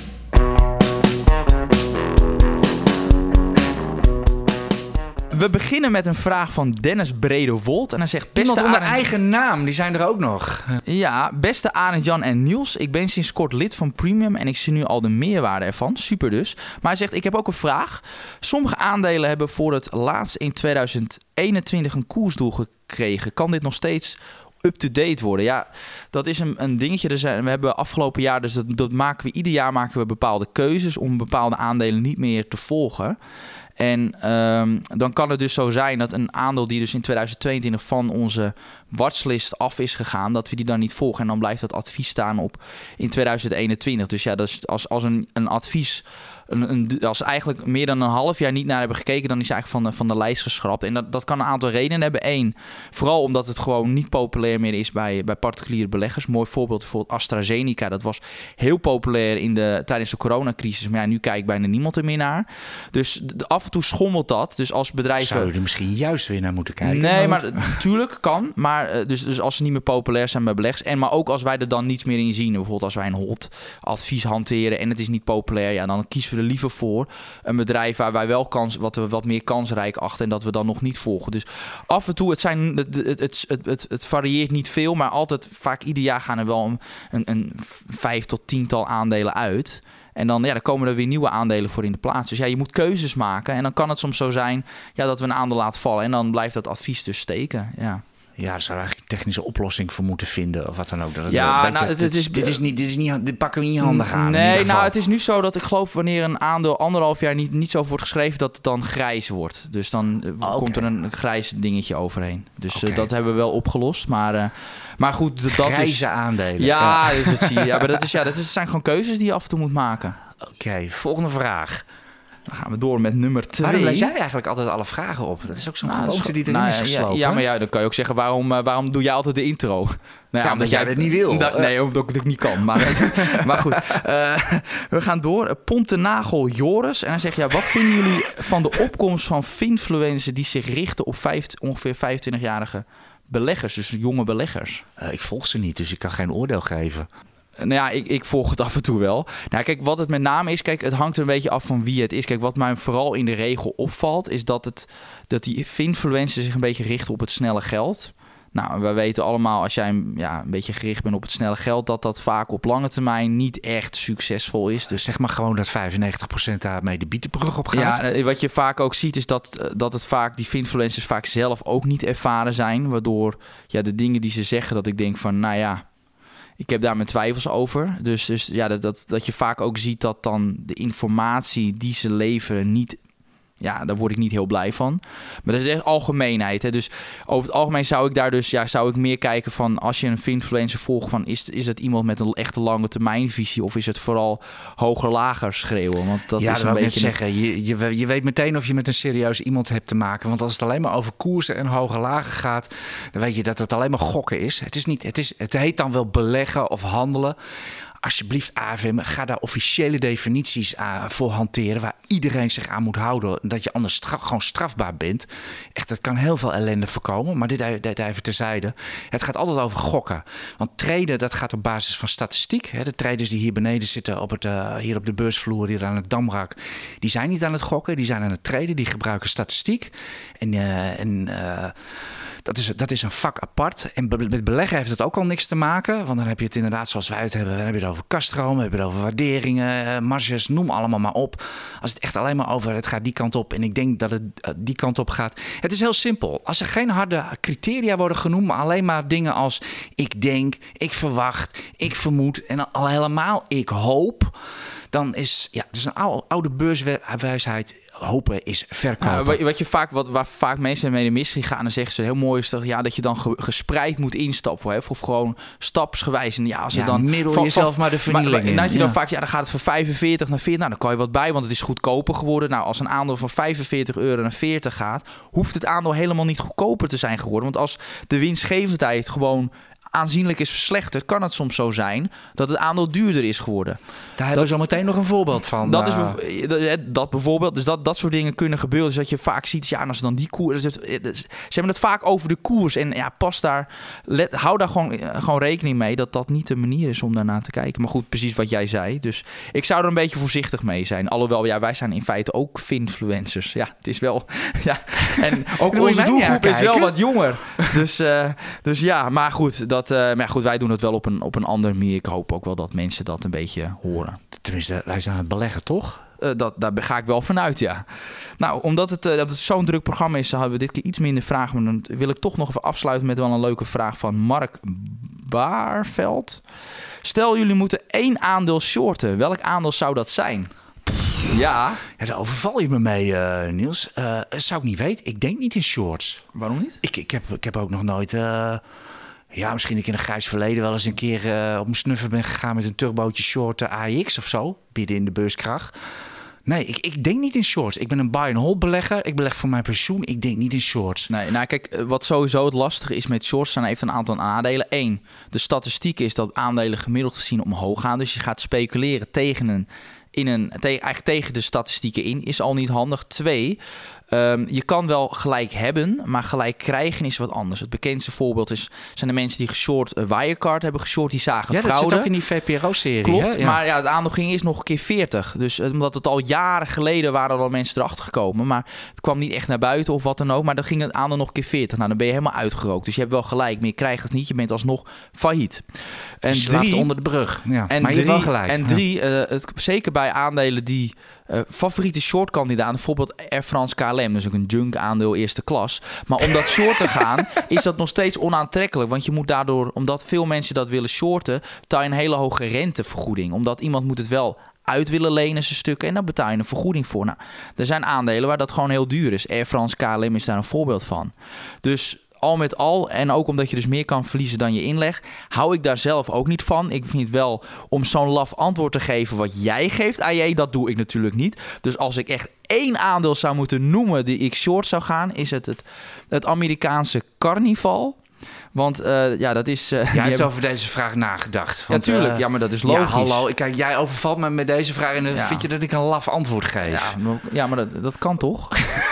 We beginnen met een vraag van Dennis Bredewold. En hij zegt: iemand onder eigen naam, die zijn er ook nog. Ja, beste Arend, Jan en Niels. Ik ben sinds kort lid van Premium en ik zie nu al de meerwaarde ervan. Super dus. Maar hij zegt: ik heb ook een vraag. Sommige aandelen hebben voor het laatst in 2021 een koersdoel gekregen. Kan dit nog steeds up-to-date worden? Ja, dat is een dingetje. We hebben afgelopen jaar, dus ieder jaar maken we bepaalde keuzes om bepaalde aandelen niet meer te volgen. En dan kan het dus zo zijn dat een aandeel die dus in 2022 van onze watchlist af is gegaan, dat we die dan niet volgen. En dan blijft dat advies staan in 2021. Dus ja, dat is als een advies, als eigenlijk meer dan een half jaar niet naar hebben gekeken, dan is hij eigenlijk van de lijst geschrapt. En dat kan een aantal redenen hebben. Eén, vooral omdat het gewoon niet populair meer is bij particuliere beleggers. Mooi voorbeeld bijvoorbeeld AstraZeneca. Dat was heel populair tijdens de coronacrisis. Maar ja, nu kijkt bijna niemand er meer naar. Dus af en toe schommelt dat. Dus als bedrijven... Zou je er misschien juist weer naar moeten kijken? Nee, maar natuurlijk kan. Maar dus als ze niet meer populair zijn bij beleggers. Maar ook als wij er dan niets meer in zien. Bijvoorbeeld als wij een hot advies hanteren en het is niet populair. Ja, dan kiezen we er liever voor een bedrijf waar wij wel wat meer kansrijk achter en dat we dan nog niet volgen. Dus af en toe, het varieert niet veel, maar altijd vaak ieder jaar gaan er wel een 5 tot 10-tal aandelen uit. En dan komen er weer nieuwe aandelen voor in de plaats. Dus ja, je moet keuzes maken. En dan kan het soms zo zijn dat we een aandeel laten vallen. En dan blijft dat advies dus steken. Ja. Ja, daar zou eigenlijk een technische oplossing voor moeten vinden of wat dan ook. Dit pakken we niet handig aan. Nee, het is nu zo dat ik geloof wanneer een aandeel 1,5 jaar niet zo wordt geschreven, dat het dan grijs wordt. Dus dan komt er een grijs dingetje overheen. Dus dat hebben we wel opgelost. Maar goed, dat grijze aandelen. Ja, dus dat zie je. Ja, maar dat zijn gewoon keuzes die je af en toe moet maken. Oké, volgende vraag. Dan gaan we door met nummer 2. Waarom lees jij eigenlijk altijd alle vragen op? Dat is ook zo'n gewoonte die erin is geslopen. Ja, maar dan kan je ook zeggen, waarom doe jij altijd de intro? Omdat jij dat niet wil. Nee, omdat ik het niet kan. Maar goed, we gaan door. Pontenagel Joris. En hij zegt, wat vinden jullie van de opkomst van finfluencers die zich richten op ongeveer 25-jarige beleggers, dus jonge beleggers? Ik volg ze niet, dus ik kan geen oordeel geven. Nou ja, ik volg het af en toe wel. Nou, kijk, wat het met name is, het hangt er een beetje af van wie het is. Kijk, wat mij vooral in de regel opvalt, is dat die finfluencers zich een beetje richten op het snelle geld. Nou, we weten allemaal, als jij een beetje gericht bent op het snelle geld, dat vaak op lange termijn niet echt succesvol is. Dus zeg maar gewoon dat 95% daarmee de bietenbrug op gaat. Ja, wat je vaak ook ziet is dat het vaak, die influencers vaak zelf ook niet ervaren zijn. Waardoor de dingen die ze zeggen, dat ik denk van, nou ja, ik heb daar mijn twijfels over. Dus ja, dat je vaak ook ziet dat dan de informatie die ze leveren niet... Ja, daar word ik niet heel blij van. Maar dat is echt algemeenheid. Hè? Dus over het algemeen zou ik daar dus... zou ik meer kijken van... Als je een influencer volgt van... Is het iemand met een echte lange termijnvisie? Of is het vooral hoger-lager schreeuwen? Want dat is een beetje... net zeggen. Je weet meteen of je met een serieus iemand hebt te maken. Want als het alleen maar over koersen en hoger-lager gaat... dan weet je dat het alleen maar gokken is. Het heet dan wel beleggen of handelen. Alsjeblieft, AFM, ga daar officiële definities voor hanteren... waar iedereen zich aan moet houden. Dat je anders gewoon strafbaar bent. Echt, dat kan heel veel ellende voorkomen. Maar dit even terzijde. Het gaat altijd over gokken. Want traden, dat gaat op basis van statistiek. Hè. De traders die hier beneden zitten, hier op de beursvloer... hier aan het Damrak, die zijn niet aan het gokken. Die zijn aan het traden, die gebruiken statistiek. Dat is een vak apart. En met beleggen heeft het ook al niks te maken. Want dan heb je het inderdaad zoals wij het hebben. Dan heb je het over kaststromen, heb je het over waarderingen, marges, noem allemaal maar op. Als het echt alleen maar over het gaat die kant op. En ik denk dat het die kant op gaat. Het is heel simpel. Als er geen harde criteria worden genoemd. Maar alleen maar dingen als ik denk, ik verwacht, ik vermoed. En al helemaal ik hoop. Dan is het is een oude beurswijsheid. Hopen is verkopen. Wat je vaak, waar vaak mensen mee de missie gaan, dan zeggen ze heel mooi is dat je dan gespreid moet instappen. Hè? Of gewoon stapsgewijs. En als je dan middel jezelf maar de vernieling in. En dat je dan vaak, dan gaat het van 45 naar 40. Nou, dan kan je wat bij, want het is goedkoper geworden. Nou, als een aandeel van €45 naar 40 gaat, hoeft het aandeel helemaal niet goedkoper te zijn geworden. Want als de winstgevendheid gewoon aanzienlijk is verslechterd, kan het soms zo zijn dat het aandeel duurder is geworden. Daar hebben we zo meteen nog een voorbeeld van. Dat bijvoorbeeld, dus dat soort dingen kunnen gebeuren. Dus dat je vaak ziet, en als dan die koers... Ze hebben het vaak over de koers. En hou daar gewoon rekening mee dat niet de manier is om daarna te kijken. Maar goed, precies wat jij zei. Dus ik zou er een beetje voorzichtig mee zijn. Alhoewel, wij zijn in feite ook finfluencers. Ja, het is wel... Ja. En ook onze doelgroep is wel wat jonger. Dus ja, maar goed, wij doen het wel op een andere manier. Ik hoop ook wel dat mensen dat een beetje horen. Tenminste, wij zijn aan het beleggen, toch? Daar ga ik wel vanuit, ja. Nou, omdat het zo'n druk programma is, hadden we dit keer iets minder vragen. Maar dan wil ik toch nog even afsluiten met wel een leuke vraag van Mark Baarveld. Stel, jullie moeten 1 aandeel shorten. Welk aandeel zou dat zijn? Ja, daar overval je me mee, Niels. Zou ik niet weten. Ik denk niet in shorts. Waarom niet? Ik heb ook nog nooit... misschien ik in een grijs verleden wel eens een keer op mijn snuffer ben gegaan met een turbootje short AEX of zo. Midden in de beurskracht. Nee, ik denk niet in shorts. Ik ben een buy-and-hold belegger. Ik beleg voor mijn pensioen. Ik denk niet in shorts. Nee, nou kijk, wat sowieso het lastige is met shorts, dan heeft een aantal nadelen. 1, de statistiek is dat aandelen gemiddeld gezien omhoog gaan. Dus je gaat speculeren tegen tegen de statistieken in, is al niet handig. 2, je kan wel gelijk hebben, maar gelijk krijgen is wat anders. Het bekendste voorbeeld zijn de mensen die Wirecard hebben geshort, die zagen fraude. Ja, dat zit ook in die VPRO-serie. Klopt, hè? Ja. Maar het aandeel ging eerst nog een keer 40. Dus omdat het al jaren geleden waren er al mensen erachter gekomen. Maar het kwam niet echt naar buiten of wat dan ook. Maar dan ging het aandeel nog een keer 40. Nou, dan ben je helemaal uitgerookt. Dus je hebt wel gelijk, maar je krijgt het niet. Je bent alsnog failliet. En dus je 3 onder de brug. Ja. En maar je hebt wel gelijk. En 3, zeker bij aandelen die favoriete shortkandidaten, bijvoorbeeld Air France KLM, dus ook een junk aandeel eerste klas. Maar om dat short te gaan, is dat nog steeds onaantrekkelijk. Want je moet daardoor, omdat veel mensen dat willen shorten, betaal je een hele hoge rentevergoeding. Omdat iemand moet het wel uit willen lenen zijn stukken en daar betaal je een vergoeding voor. Nou, er zijn aandelen waar dat gewoon heel duur is. Air France KLM is daar een voorbeeld van. Dus al met al, en ook omdat je dus meer kan verliezen dan je inleg, hou ik daar zelf ook niet van. Ik vind wel, om zo'n laf antwoord te geven wat jij geeft, AJ, dat doe ik natuurlijk niet. Dus als ik echt 1 aandeel zou moeten noemen die ik short zou gaan, is het Amerikaanse Carnival. Want dat is... Jij hebt over deze vraag nagedacht. Want, ja, tuurlijk. Maar dat is logisch. Ja, hallo. Kijk, jij overvalt me met deze vraag en dan vind je dat ik een laf antwoord geef. Ja, maar dat kan toch?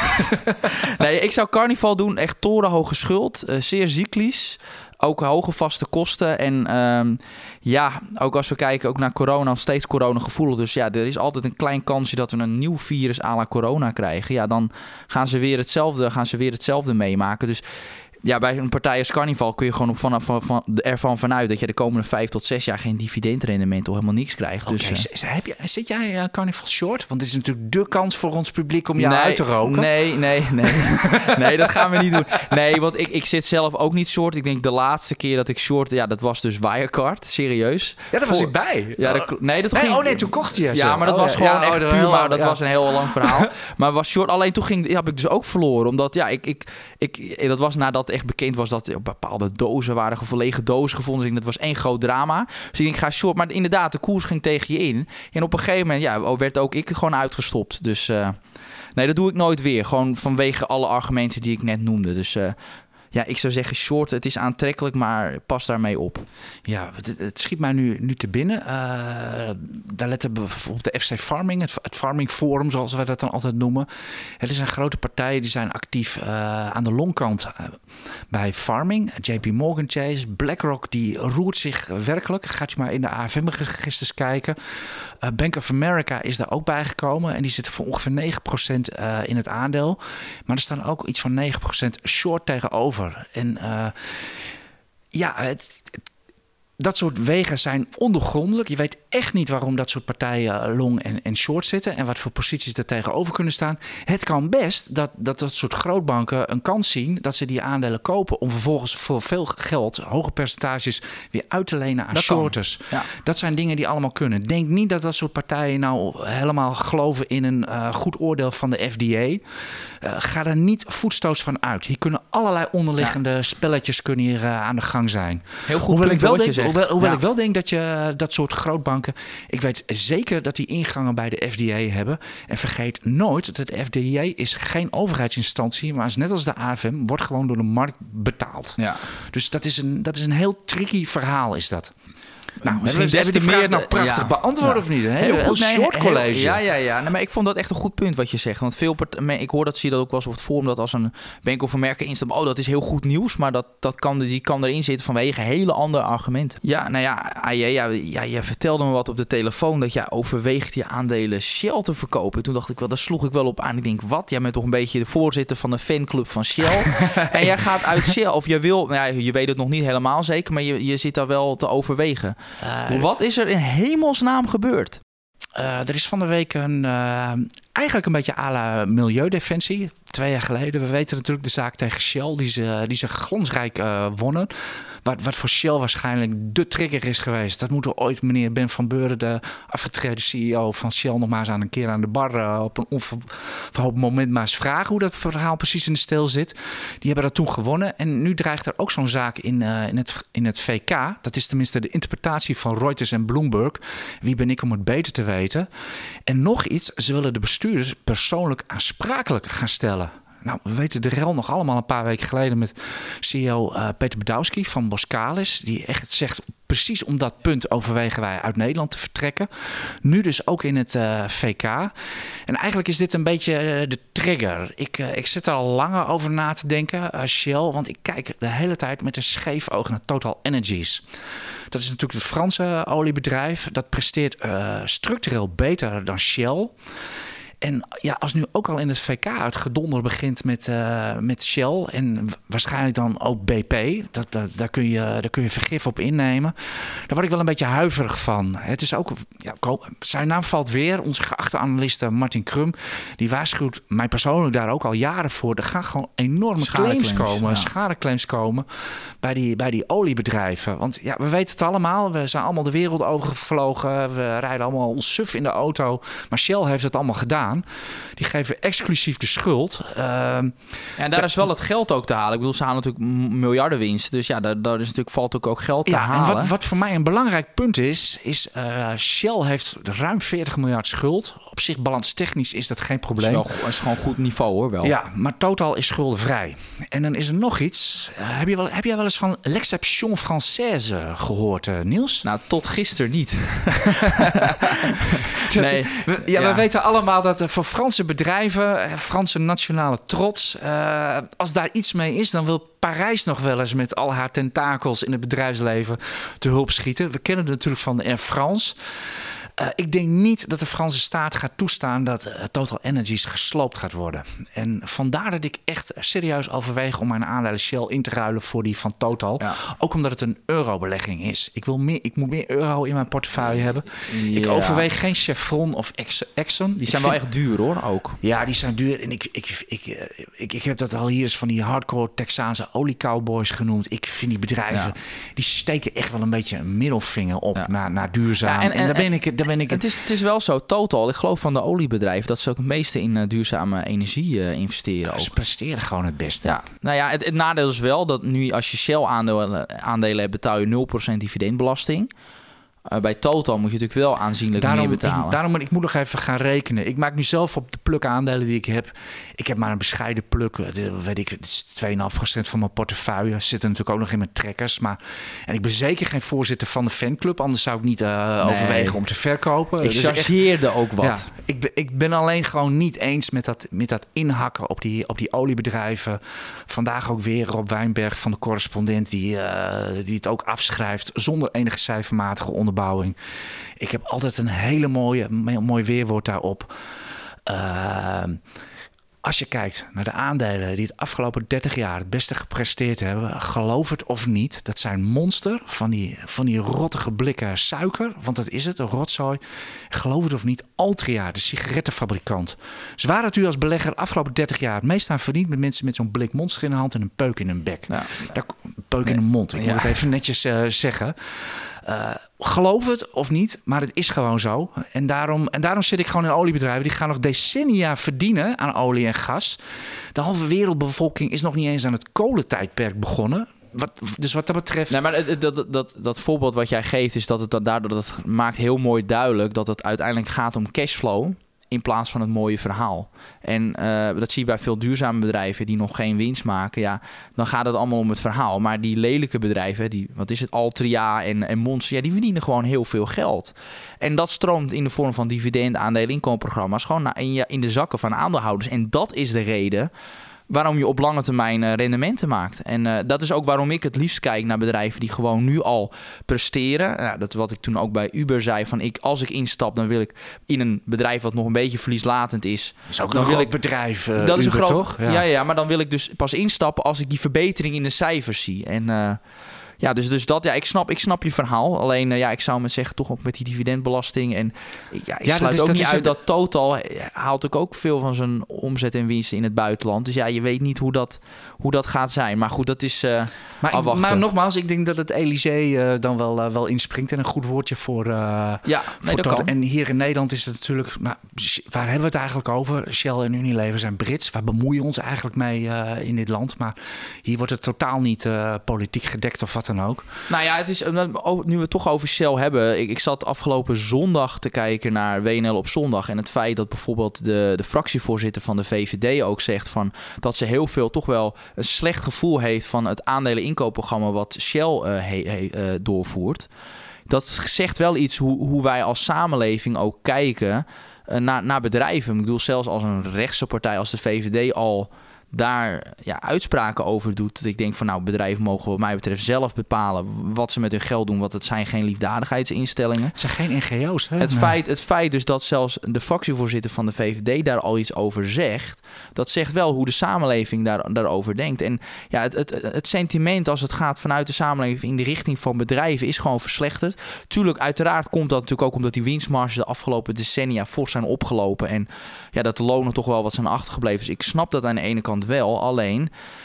Nee, ik zou Carnival doen. Echt torenhoge schuld. Zeer cyclisch. Ook hoge vaste kosten. En ook als we kijken ook naar corona, nog steeds corona-gevoelig. Dus ja, er is altijd een klein kansje dat we een nieuw virus à la corona krijgen. Ja, dan gaan ze weer hetzelfde meemaken. Dus bij een partij als Carnival kun je gewoon ervan vanuit dat je de komende 5 tot 6 jaar geen dividendrendement of helemaal niks krijgt. Okay, Dus, zit jij Carnival short? Want dit is natuurlijk de kans voor ons publiek om jou uit te roken. Nee. Nee, dat gaan we niet doen. Nee, want ik zit zelf ook niet short. Ik denk de laatste keer dat ik short, dat was dus Wirecard. Serieus. Ja, daar was ik bij. Ja, toen kocht je. Ja, maar dat was gewoon echt puur, maar dat was een heel lang verhaal. Maar was short. Alleen toen heb ik dus ook verloren. Omdat, dat was nadat echt bekend was dat bepaalde dozen waren, volledige dozen gevonden. Dus dat was één groot drama. Dus ik denk, ga short. Maar inderdaad, de koers ging tegen je in. En op een gegeven moment, werd ook ik gewoon uitgestopt. Dus nee, dat doe ik nooit weer. Gewoon vanwege alle argumenten die ik net noemde. Dus ik zou zeggen short, het is aantrekkelijk, maar pas daarmee op. Ja, het schiet mij nu te binnen. Daar letten bijvoorbeeld de FC Farming, het Farming Forum, zoals wij dat dan altijd noemen. Het is een grote partij, die zijn actief aan de longkant bij Farming. JP Morgan Chase, BlackRock, die roert zich werkelijk. Gaat je maar in de AFM-registers kijken. Bank of America is daar ook bijgekomen en die zitten voor ongeveer 9% in het aandeel. Maar er staan ook iets van 9% short tegenover. En dat soort wegen zijn ondergrondelijk. Je weet echt niet waarom dat soort partijen long en short zitten en wat voor posities er tegenover kunnen staan. Het kan best dat soort grootbanken een kans zien dat ze die aandelen kopen om vervolgens voor veel geld, hoge percentages, weer uit te lenen aan shorters. Ja. Dat zijn dingen die allemaal kunnen. Denk niet dat soort partijen nou helemaal geloven in een goed oordeel van de FDA. Ga er niet voetstoots van uit. Hier kunnen allerlei onderliggende spelletjes kunnen hier aan de gang zijn. Heel goed. Hoewel ik wel denk dat je dat soort grootbanken, ik weet zeker dat die ingangen bij de FDA hebben. En vergeet nooit dat de FDA is geen overheidsinstantie, maar is net als de AFM, wordt gewoon door de markt betaald. Ja. Dus dat is een heel tricky verhaal is dat. Nou, misschien hebben we die vraag nou prachtig beantwoord of niet? Een heel short college. Ja. Nee, maar ik vond dat echt een goed punt wat je zegt. Want ik hoor zie dat ook wel eens op het forum, dat als een Bank of America instapt, dat is heel goed nieuws, maar die kan erin zitten vanwege hele andere argumenten. Ja, nou ja, je vertelde me wat op de telefoon dat jij overweegt je aandelen Shell te verkopen. Toen dacht ik wel, daar sloeg ik wel op aan. Ik denk, wat? Jij bent toch een beetje de voorzitter van de fanclub van Shell. En jij gaat uit Shell, of je wil, je weet het nog niet helemaal zeker, maar je zit daar wel te overwegen. Wat is er in hemelsnaam gebeurd? Er is van de week eigenlijk een beetje à la Milieudefensie. 2 jaar geleden. We weten natuurlijk de zaak tegen Shell die ze glansrijk wonnen. Wat voor Shell waarschijnlijk de trigger is geweest. Dat moeten we ooit meneer Ben van Beuren, de afgetreden CEO van Shell, nog maar eens aan een keer aan de bar op een onverhoopt moment maar eens vragen hoe dat verhaal precies in de steel zit. Die hebben dat toen gewonnen. En nu dreigt er ook zo'n zaak in het VK. Dat is tenminste de interpretatie van Reuters en Bloomberg. Wie ben ik om het beter te weten? En nog iets, ze willen de bestuurders persoonlijk aansprakelijk gaan stellen. Nou, we weten de rel nog allemaal een paar weken geleden met CEO Peter Badowski van Boskalis. Die echt zegt, precies om dat punt overwegen wij uit Nederland te vertrekken. Nu dus ook in het VK. En eigenlijk is dit een beetje de trigger. Ik zit er al langer over na te denken, Shell. Want ik kijk de hele tijd met een scheef oog naar Total Energies. Dat is natuurlijk het Franse oliebedrijf. Dat presteert structureel beter dan Shell. En ja, als nu ook al in het VK het gedonder begint met Shell en waarschijnlijk dan ook BP, daar kun je vergif op innemen. Daar word ik wel een beetje huiverig van. Het is ook, zijn naam valt weer. Onze geachte analist Martin Krum, die waarschuwt mij persoonlijk daar ook al jaren voor. Er gaan gewoon enorme schadeclaims komen bij die oliebedrijven. Want ja, we weten het allemaal. We zijn allemaal de wereld overgevlogen. We rijden allemaal ons suf in de auto. Maar Shell heeft het allemaal gedaan. Die geven exclusief de schuld. En daar is wel het geld ook te halen. Ik bedoel, ze halen natuurlijk miljarden winst. Dus ja, daar is natuurlijk, valt ook geld te halen. En wat voor mij een belangrijk punt is Shell heeft ruim 40 miljard schuld. Op zich, balanstechnisch is dat geen probleem. Dat is gewoon goed niveau hoor wel. Ja, maar Total is schuldenvrij. En dan is er nog iets. Heb jij wel eens van l'exception française gehoord, Niels? Nou, tot gisteren niet. Nee. We weten allemaal dat voor Franse bedrijven, Franse nationale trots, als daar iets mee is, dan wil Parijs nog wel eens met al haar tentakels in het bedrijfsleven te hulp schieten. We kennen het natuurlijk van de Air France. Ik denk niet dat de Franse staat gaat toestaan dat Total Energies gesloopt gaat worden. En vandaar dat ik echt serieus overweeg om mijn aandelen Shell in te ruilen voor die van Total. Ja. Ook omdat het een eurobelegging is. Ik moet meer euro in mijn portefeuille hebben. Ja. Ik overweeg geen Chevron of Exxon. Die zijn wel echt duur hoor, ook. Ja, die zijn duur. En ik heb dat al hier eens van die hardcore Texaanse oliecowboys genoemd. Ik vind die bedrijven, die steken echt wel een beetje een middelvinger op naar duurzaam. Ja, en daar ben ik... Het is wel zo, Total, ik geloof van de oliebedrijven, dat ze ook het meeste in duurzame energie investeren. Ze presteren gewoon het beste. Ja. Nou ja, het nadeel is wel dat nu als je Shell aandelen hebt, betaal je 0% dividendbelasting. Bij Total moet je natuurlijk wel aanzienlijk meer betalen. Ik moet nog even gaan rekenen. Ik maak nu zelf op de pluk aandelen die ik heb. Ik heb maar een bescheiden pluk. Weet ik, het is 2,5% van mijn portefeuille. Zit er natuurlijk ook nog in mijn trekkers. En ik ben zeker geen voorzitter van de fanclub. Anders zou ik niet overwegen om te verkopen. Ik chargeerde ook wat. Ja, ik ben alleen gewoon niet eens met dat inhakken op die oliebedrijven. Vandaag ook weer Rob Wijnberg van de Correspondent die het ook afschrijft zonder enige cijfermatige onderbouwing. Ik heb altijd een hele mooi weerwoord daarop. Als je kijkt naar de aandelen die het afgelopen 30 jaar het beste gepresteerd hebben, geloof het of niet, dat zijn monster van die rottige blikken suiker, want dat is het, een rotzooi. Geloof het of niet, Altria, de sigarettenfabrikant. Ze waren natuurlijk als belegger de afgelopen 30 jaar het meest aan verdiend met mensen met zo'n blik monster in de hand en een peuk in hun bek. Ja. Een peuk in de mond, ik moet het even netjes zeggen. Geloof het of niet, maar het is gewoon zo. En daarom zit ik gewoon in oliebedrijven. Die gaan nog decennia verdienen aan olie en gas. De halve wereldbevolking is nog niet eens aan het kolentijdperk begonnen. Dus wat dat betreft... Nee, maar dat voorbeeld wat jij geeft, is dat het daardoor dat maakt heel mooi duidelijk dat het uiteindelijk gaat om cashflow in plaats van het mooie verhaal. En dat zie je bij veel duurzame bedrijven die nog geen winst maken. Ja, dan gaat het allemaal om het verhaal. Maar die lelijke bedrijven, Altria en Monster, ja, die verdienen gewoon heel veel geld. En dat stroomt in de vorm van dividend, aandelen, inkomenprogramma's gewoon in de zakken van aandeelhouders. En dat is de reden waarom je op lange termijn rendementen maakt. En dat is ook waarom ik het liefst kijk naar bedrijven die gewoon nu al presteren. Dat wat ik toen ook bij Uber zei, van als ik instap, dan wil ik in een bedrijf wat nog een beetje verlieslatend is. Dat is ook een groot bedrijf, dat Uber, is een groot, toch? Ja, maar dan wil ik dus pas instappen als ik die verbetering in de cijfers zie. En dus dat, ik snap je verhaal. Alleen, ik zou maar zeggen, toch ook met die dividendbelasting. En ik sluit ook niet uit dat Total haalt ook veel van zijn omzet en winsten in het buitenland. Dus je weet niet hoe dat gaat zijn. Maar goed, dat is afwachten. Maar nogmaals, ik denk dat het Elysée dan wel inspringt en een goed woordje voor dat Total. kan. En hier in Nederland is het natuurlijk, waar hebben we het eigenlijk over? Shell en Unilever zijn Brits. Waar bemoeien we ons eigenlijk mee in dit land? Maar hier wordt het totaal niet politiek gedekt of wat dan ook. Nou ja, het is, nu we het toch over Shell hebben. Ik zat afgelopen zondag te kijken naar WNL op zondag. En het feit dat bijvoorbeeld de fractievoorzitter van de VVD ook zegt van dat ze heel veel toch wel een slecht gevoel heeft van het aandeleninkoopprogramma wat Shell doorvoert. Dat zegt wel iets hoe wij als samenleving ook kijken naar bedrijven. Ik bedoel, zelfs als een rechtse partij als de VVD al daar uitspraken over doet. Dat ik denk van bedrijven mogen wat mij betreft zelf bepalen wat ze met hun geld doen. Want het zijn geen liefdadigheidsinstellingen. Het zijn geen NGO's. Hè? Het feit dus dat zelfs de fractievoorzitter van de VVD daar al iets over zegt. Dat zegt wel hoe de samenleving daarover denkt. En het sentiment als het gaat vanuit de samenleving in de richting van bedrijven is gewoon verslechterd. Tuurlijk, uiteraard komt dat natuurlijk ook omdat die winstmarges de afgelopen decennia fors zijn opgelopen. En dat de lonen toch wel wat zijn achtergebleven. Dus ik snap dat aan de ene kant wel, alleen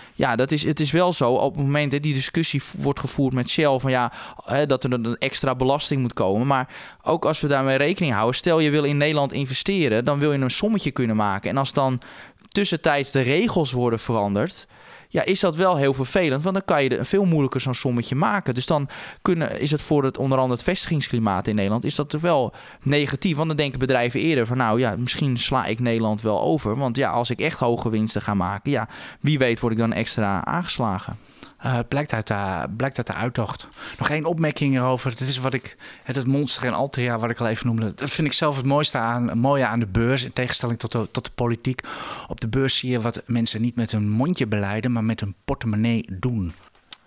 het is wel zo op het moment dat die discussie wordt gevoerd met Shell van dat er een extra belasting moet komen, maar ook als we daarmee rekening houden, stel je wil in Nederland investeren, dan wil je een sommetje kunnen maken en als dan tussentijds de regels worden veranderd, is dat wel heel vervelend, want dan kan je veel moeilijker zo'n sommetje maken. Dus dan is het voor onder andere het vestigingsklimaat in Nederland, is dat er wel negatief. Want dan denken bedrijven eerder van misschien sla ik Nederland wel over. Want als ik echt hoge winsten ga maken, wie weet word ik dan extra aangeslagen. Blijkt uit de uittocht. Nog één opmerking erover. Dat is het Monster en Altria, wat ik al even noemde. Dat vind ik zelf het mooie aan de beurs. In tegenstelling tot de politiek. Op de beurs zie je wat mensen niet met hun mondje beleiden, maar met hun portemonnee doen.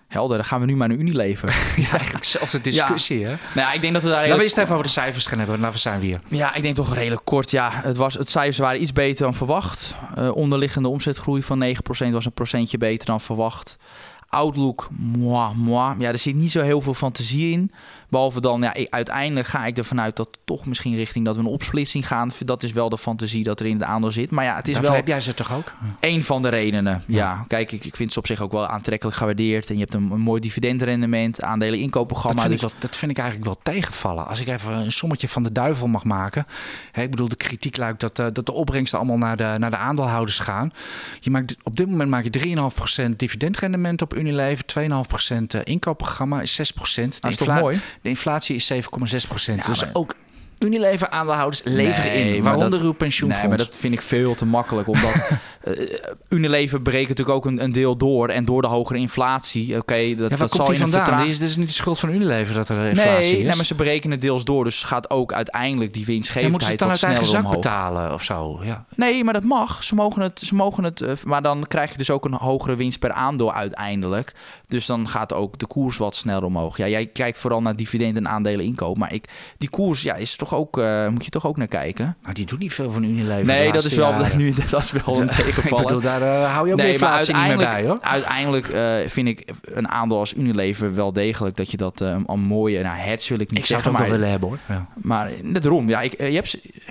Helder, dan gaan we nu maar naar Unilever. Ja, eigenlijk zelfde discussie, hè? Nou ja, ik denk dat we daar... Laten we eerst even over de cijfers gaan hebben. Laten we zijn weer. Ja, ik denk toch redelijk kort. Ja, het cijfers waren iets beter dan verwacht. Onderliggende omzetgroei van 9% was een procentje beter dan verwacht. Outlook, moi. Ja, er zit niet zo heel veel fantasie in. Behalve dan, ja, uiteindelijk ga ik ervan uit dat toch misschien richting dat we een opsplitsing gaan. Dat is wel de fantasie dat er in het aandeel zit. Maar ja, het is Daarvoor wel... heb jij ze toch ook? Een van de redenen. Ja, kijk, ik vind ze op zich ook wel aantrekkelijk gewaardeerd. En je hebt een mooi dividendrendement, aandelen inkoopprogramma. Dat vind ik eigenlijk wel tegenvallen. Als ik even een sommetje van de duivel mag maken. Ik bedoel, de kritiek luidt dat de opbrengsten allemaal naar de aandeelhouders gaan. Op dit moment maak je 3,5% dividendrendement op Unilever. 2,5% inkoopprogramma is 6%. Dat is toch mooi? De inflatie is 7,6%. Ja, dus ook Unilever-aandeelhouders leveren in. Waaronder uw pensioenfonds. Nee, maar dat vind ik veel te makkelijk. Omdat Unilever berekent natuurlijk ook een deel door. En door de hogere inflatie. Dat zal je vandaan? Dit is niet de schuld van Unilever dat er inflatie is. Nee, maar ze berekenen het deels door. Dus gaat ook uiteindelijk die winstgevendheid wat sneller omhoog. Moeten ze het dan uit eigen zak betalen of zo? Ja. Nee, maar dat mag. Ze mogen het. Maar dan krijg je dus ook een hogere winst per aandeel uiteindelijk. Dus dan gaat ook de koers wat sneller omhoog. Ja, jij kijkt vooral naar dividend en aandelen inkoop. Maar die koers is toch ook, moet je toch ook naar kijken. Maar die doet niet veel van Unilever. Nee, dat is wel een tegenvaller. Ik bedoel, daar hou je ook de inflatie niet meer bij, hoor. Uiteindelijk vind ik een aandeel als Unilever wel degelijk dat je dat al mooie... hedge wil ik niet zeggen. Ik zou het ook wel willen hebben, hoor. Ja. Maar daarom, ja, je hebt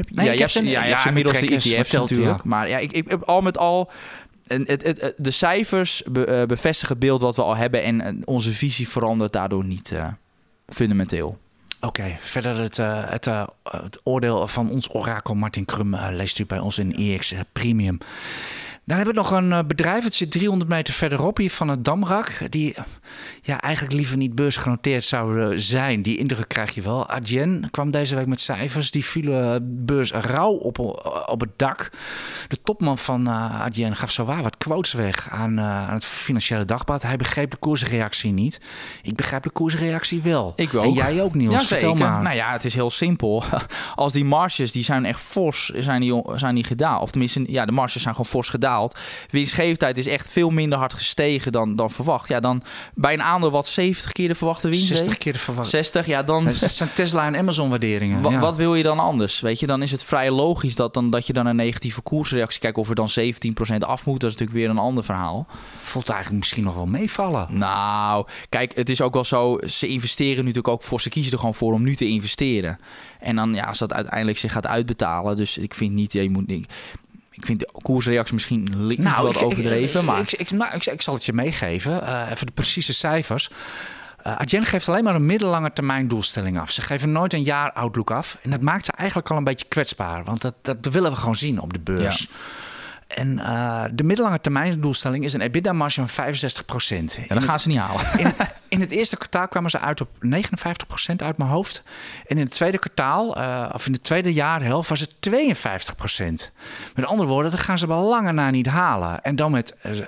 ze inmiddels de ETF's natuurlijk. Ja. Maar ja, ik heb al met al... de cijfers bevestigen het beeld wat we al hebben en onze visie verandert daardoor niet fundamenteel. Oké, verder het oordeel van ons orakel Martin Krum leest u bij ons in EX Premium. Dan hebben we nog een bedrijf, het zit 300 meter verderop hier van het Damrak. Die eigenlijk liever niet beursgenoteerd zouden zijn. Die indruk krijg je wel. Adyen kwam deze week met cijfers. Die vielen beurs rauw op het dak. De topman van Adyen gaf zowaar wat quotes weg aan het Financiële Dagblad. Hij begreep de koersreactie niet. Ik begrijp de koersreactie wel. Ik ook. En jij ook, Niels. Ja, vertel zeker. maar. Nou ja, het is heel simpel. Als die marges, die zijn echt fors, zijn die gedaald. Of tenminste, ja, de marges zijn gewoon fors gedaald. Winstgevendheid is echt veel minder hard gestegen dan verwacht. Ja, dan bij een aandeel wat 70 keer de verwachte winst 60 keer de verwachte. 60, ja, dan... Dat zijn Tesla en Amazon waarderingen. Wat wil je dan anders? Weet je, dan is het vrij logisch dat je dan een negatieve koersreactie... Kijk, of er dan 17% af moet, dat is natuurlijk weer een ander verhaal. Voelt eigenlijk misschien nog wel meevallen. Nou, kijk, het is ook wel zo... Ze investeren nu natuurlijk ook voor... Ze kiezen er gewoon voor om nu te investeren. En dan, ja, als dat uiteindelijk zich gaat uitbetalen... Dus ik vind niet... Ja, je moet niet... Ik vind de koersreactie misschien iets wat overdreven. Ik zal het je meegeven. Even de precieze cijfers. Adyen geeft alleen maar een middellange termijn doelstelling af. Ze geven nooit een jaar outlook af. En dat maakt ze eigenlijk al een beetje kwetsbaar. Want dat willen we gewoon zien op de beurs. Ja. En de middellange termijn doelstelling is een EBITDA-marge van 65%. En dat gaan ze niet halen. In het eerste kwartaal kwamen ze uit op 59% uit mijn hoofd. En in het tweede kwartaal, of in de tweede jaarhelft, was het 52%. Met andere woorden, dat gaan ze wel langer na niet halen. En dan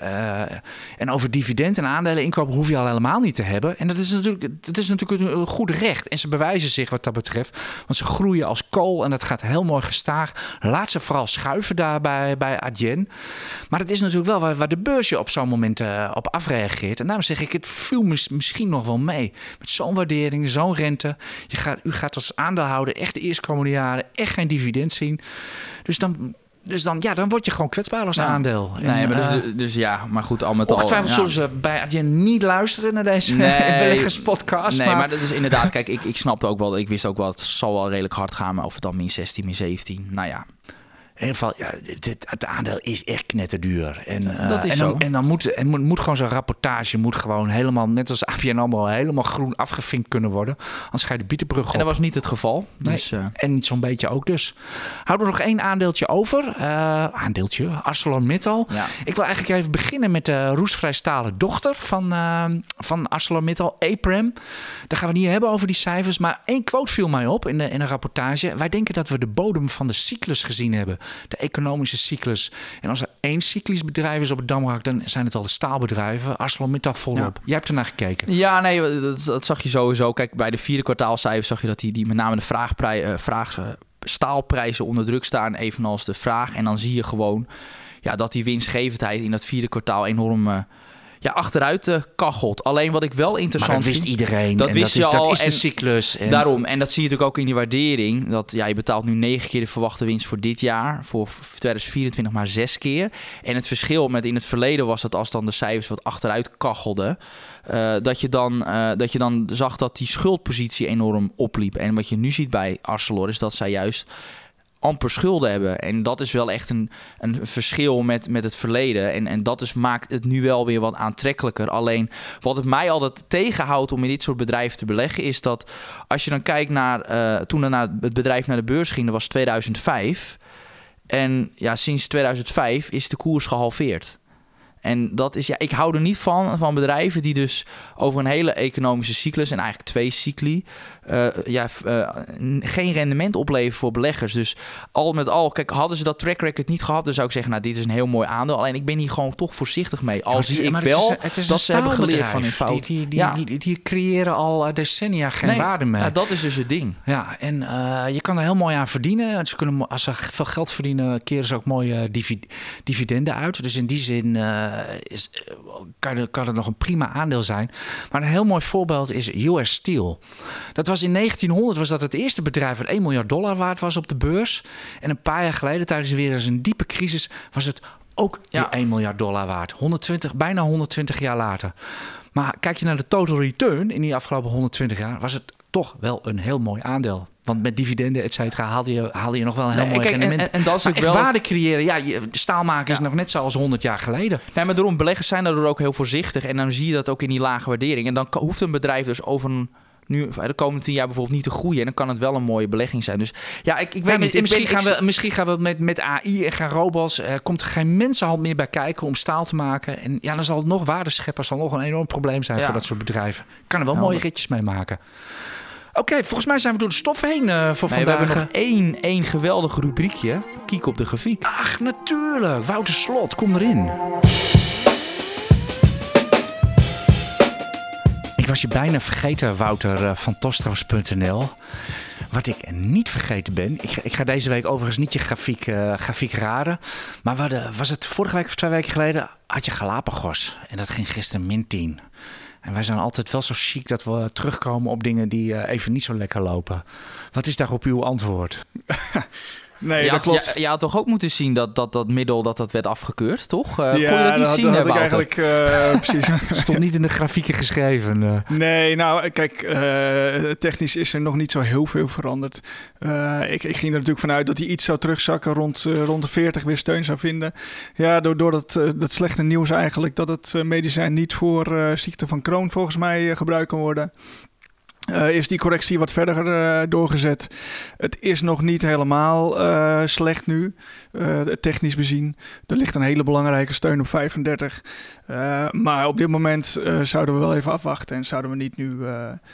en over dividend en aandelen inkopen hoef je al helemaal niet te hebben. En dat is natuurlijk een goed recht. En ze bewijzen zich wat dat betreft. Want ze groeien als kool en dat gaat heel mooi gestaag. Laat ze vooral schuiven daarbij bij Adyen. Maar het is natuurlijk wel waar de beurs je op zo'n moment op afreageert. En daarom zeg ik, het viel misschien nog wel mee. Met zo'n waardering, zo'n rente. U gaat als aandeelhouder echt de eerstkomende jaren echt geen dividend zien. Dus dan word je gewoon kwetsbaar als aandeel. Nee, maar dus ja, maar goed, al met al... Ongetwijfeld zullen ze bij Adyen niet luisteren naar deze beleggerspodcast. Nee, maar dat is inderdaad... Kijk, ik snapte ook wel... Ik wist ook wel, het zal wel redelijk hard gaan. Maar of het dan min 16, min 17... Nou ja... In ieder geval, het aandeel is echt knetterduur. Dat is zo. En dan moet gewoon zo'n rapportage moet gewoon helemaal, net als ABN AMRO, helemaal groen afgevinkt kunnen worden. Anders ga je de bietenbrug op. En dat was niet het geval. Nee, dus, en niet zo'n beetje ook dus. Houden we nog één aandeeltje over. ArcelorMittal. Ja. Ik wil eigenlijk even beginnen met de roestvrij stalen dochter van ArcelorMittal, Aperam. Daar gaan we het niet hebben over die cijfers. Maar één quote viel mij op in een rapportage. Wij denken dat we de bodem van de cyclus gezien hebben. De economische cyclus. En als er één cyclisch bedrijf is op het Damrak, dan zijn het al de staalbedrijven. ArcelorMittal volop. Ja. Jij hebt ernaar gekeken. Ja, nee, dat zag je sowieso. Kijk, bij de vierde kwartaalcijfers zag je dat die met name de staalprijzen onder druk staan, evenals de vraag. En dan zie je gewoon dat die winstgevendheid in dat vierde kwartaal enorm achteruit kachelt. Alleen wat ik wel interessant Maar dat wist vind... iedereen. Dat wist je al. Dat is de En cyclus. En daarom. En dat zie je natuurlijk ook in die waardering. Dat je betaalt nu 9 keer de verwachte winst voor dit jaar. Voor 2024 maar 6 keer. En het verschil met in het verleden was dat als dan de cijfers wat achteruit kachelden... dat je dan zag dat die schuldpositie enorm opliep. En wat je nu ziet bij Arcelor is dat zij juist amper schulden hebben. En dat is wel echt een verschil met het verleden. En dat maakt het nu wel weer wat aantrekkelijker. Alleen wat het mij altijd tegenhoudt om in dit soort bedrijven te beleggen... is dat als je dan kijkt naar... toen het bedrijf naar de beurs ging, dat was 2005. En sinds 2005 is de koers gehalveerd. En dat is, ik hou er niet van bedrijven die dus over een hele economische cyclus... en eigenlijk 2 cycli... geen rendement opleveren voor beleggers. Dus al met al, kijk, hadden ze dat track record niet gehad... dan zou ik zeggen, dit is een heel mooi aandeel. Alleen ik ben hier gewoon toch voorzichtig mee. Al zie ik wel dat ze hebben geleerd van hun fout. Die creëren al decennia geen waarde meer. Ja, dat is dus het ding. Ja, en je kan er heel mooi aan verdienen. Als ze veel geld verdienen, keren ze ook mooie dividenden uit. Dus in die zin... kan het nog een prima aandeel zijn. Maar een heel mooi voorbeeld is US Steel. Dat was in 1900 het eerste bedrijf dat $1 miljard waard was op de beurs. En een paar jaar geleden, tijdens weer eens een diepe crisis, was het ook weer $1 miljard waard. Bijna 120 jaar later. Maar kijk je naar de total return in die afgelopen 120 jaar, was het toch wel een heel mooi aandeel. Want met dividenden, et cetera, haalde je nog wel een heel mooi rendement. En dat is maar ook echt wel waarde creëren, de staalmaker is nog net zoals 100 jaar geleden. Nee, maar daarom, beleggers zijn daardoor ook heel voorzichtig. En dan zie je dat ook in die lage waardering. En dan hoeft een bedrijf dus over de komende 10 jaar bijvoorbeeld niet te groeien. En dan kan het wel een mooie belegging zijn. Dus ik weet niet. Misschien gaan we met AI en gaan robots. Komt er geen mensenhand meer bij kijken om staal te maken. En dan zal het nog waardescheppers zal nog een enorm probleem zijn voor dat soort bedrijven. Kan er wel mooie ritjes mee maken. Oké, volgens mij zijn we door de stof heen voor vandaag. We hebben nog één geweldig rubriekje. Kiek op de grafiek. Ach, natuurlijk. Wouter Slot, kom erin. Ik was je bijna vergeten, Wouter, van Tostroos.nl. Wat ik niet vergeten ben... Ik ga deze week overigens niet je grafiek raden. Maar was het vorige week of 2 weken geleden... had je Galapagos. En dat ging gisteren -10. En wij zijn altijd wel zo chic dat we terugkomen op dingen die even niet zo lekker lopen. Wat is daarop uw antwoord? Nee, dat klopt. Je had toch ook moeten zien dat middel dat werd afgekeurd, toch? Kon je Ja, dat niet zien, dat had ik Wouter? eigenlijk precies. Het stond niet in de grafieken geschreven. Nee, nou kijk, technisch is er nog niet zo heel veel veranderd. Ik ging er natuurlijk vanuit dat hij iets zou terugzakken rond de 40 weer steun zou vinden. Ja, door dat slechte nieuws eigenlijk dat het medicijn niet voor ziekte van Crohn volgens mij gebruikt kan worden. Is die correctie wat verder doorgezet. Het is nog niet helemaal slecht nu, technisch bezien. Er ligt een hele belangrijke steun op 35. Maar op dit moment zouden we wel even afwachten en zouden we niet nu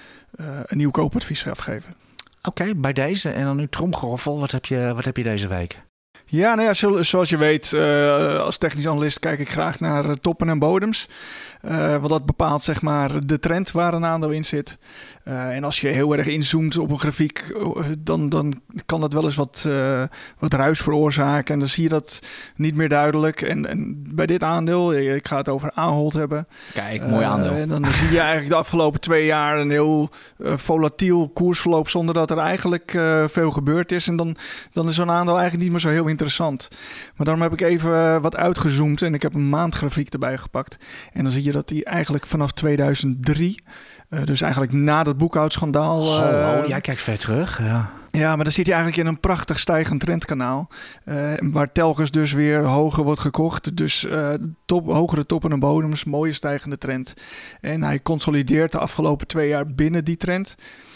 een nieuw koopadvies afgeven. Oké, bij deze. En dan nu tromgeroffel. Wat heb je deze week? Ja, nou ja, zoals je weet, als technisch analist kijk ik graag naar toppen en bodems. Want dat bepaalt zeg maar de trend waar een aandeel in zit. En als je heel erg inzoomt op een grafiek, dan kan dat wel eens wat ruis veroorzaken. En dan zie je dat niet meer duidelijk. En bij dit aandeel, ik ga het over Ahold hebben. Kijk, mooi aandeel. En dan zie je eigenlijk de afgelopen 2 jaar een heel volatiel koersverloop zonder dat er eigenlijk veel gebeurd is. En dan is zo'n aandeel eigenlijk niet meer zo heel interessant. Maar daarom heb ik even wat uitgezoomd en ik heb een maandgrafiek erbij gepakt. En dan zie je dat die eigenlijk vanaf 2003... dus eigenlijk na dat boekhoudschandaal... jij kijkt ver terug, ja. Ja, maar dan zit hij eigenlijk in een prachtig stijgend trendkanaal. Waar telkens dus weer hoger wordt gekocht. Dus hogere toppen en bodems, mooie stijgende trend. En hij consolideert de afgelopen 2 jaar binnen die trend.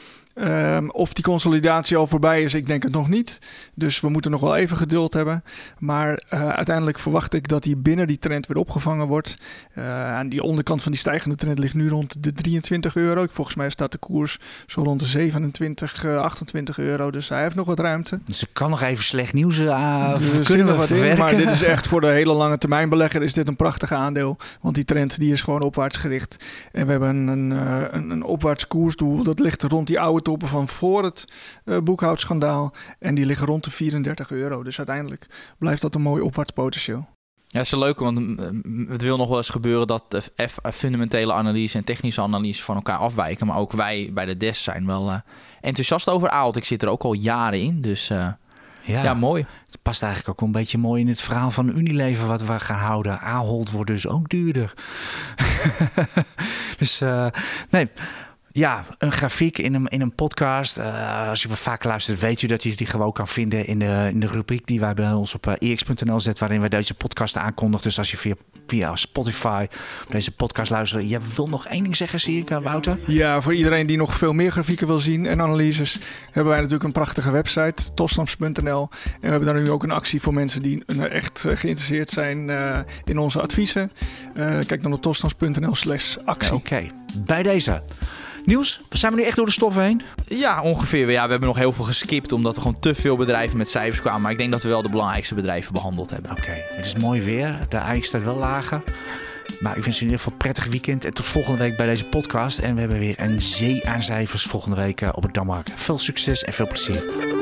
Of die consolidatie al voorbij is, ik denk het nog niet. Dus we moeten nog wel even geduld hebben. Maar uiteindelijk verwacht ik dat hij binnen die trend weer opgevangen wordt. Aan die onderkant van die stijgende trend ligt nu rond de €23. Volgens mij staat de koers zo rond de 27, 28 euro. Dus hij heeft nog wat ruimte. Dus er kan nog even slecht nieuws kunnen we verwerken. Maar dit is echt voor de hele lange termijn belegger is dit een prachtig aandeel. Want die trend die is gewoon opwaarts gericht. En we hebben een opwaarts koersdoel. Dat ligt rond die oude toppen van voor het boekhoudschandaal. En die liggen rond de €34. Dus uiteindelijk blijft dat een mooi opwaarts potentieel. Ja, dat is leuk, want het wil nog wel eens gebeuren dat de fundamentele analyse en technische analyse van elkaar afwijken. Maar ook wij bij de desk zijn wel enthousiast over Ahold. Ik zit er ook al jaren in, dus ja, mooi. Het past eigenlijk ook wel een beetje mooi in het verhaal van Unilever wat we gaan houden. Ahold wordt dus ook duurder. Dus nee... Ja, een grafiek in een podcast. Als je wat vaker luistert, weet u dat je die gewoon kan vinden in de rubriek die wij bij ons op ix.nl zetten, waarin wij deze podcast aankondigen. Dus als je via Spotify deze podcast luistert. Je wil nog één ding zeggen, zie ik, Wouter? Ja, voor iedereen die nog veel meer grafieken wil zien en analyses, hebben wij natuurlijk een prachtige website, toslamps.nl. En we hebben daar nu ook een actie voor mensen die echt geïnteresseerd zijn in onze adviezen. Kijk dan op toslamps.nl/actie. Oké. Bij deze. Niels, zijn we nu echt door de stoffen heen? Ja, ongeveer. Ja, we hebben nog heel veel geskipt omdat er gewoon te veel bedrijven met cijfers kwamen. Maar ik denk dat we wel de belangrijkste bedrijven behandeld hebben. Oké, het is mooi weer. De AX staat wel lager. Maar ik wens je in ieder geval een prettig weekend. En tot volgende week bij deze podcast. En we hebben weer een zee aan cijfers volgende week op het Dammarkt. Veel succes en veel plezier.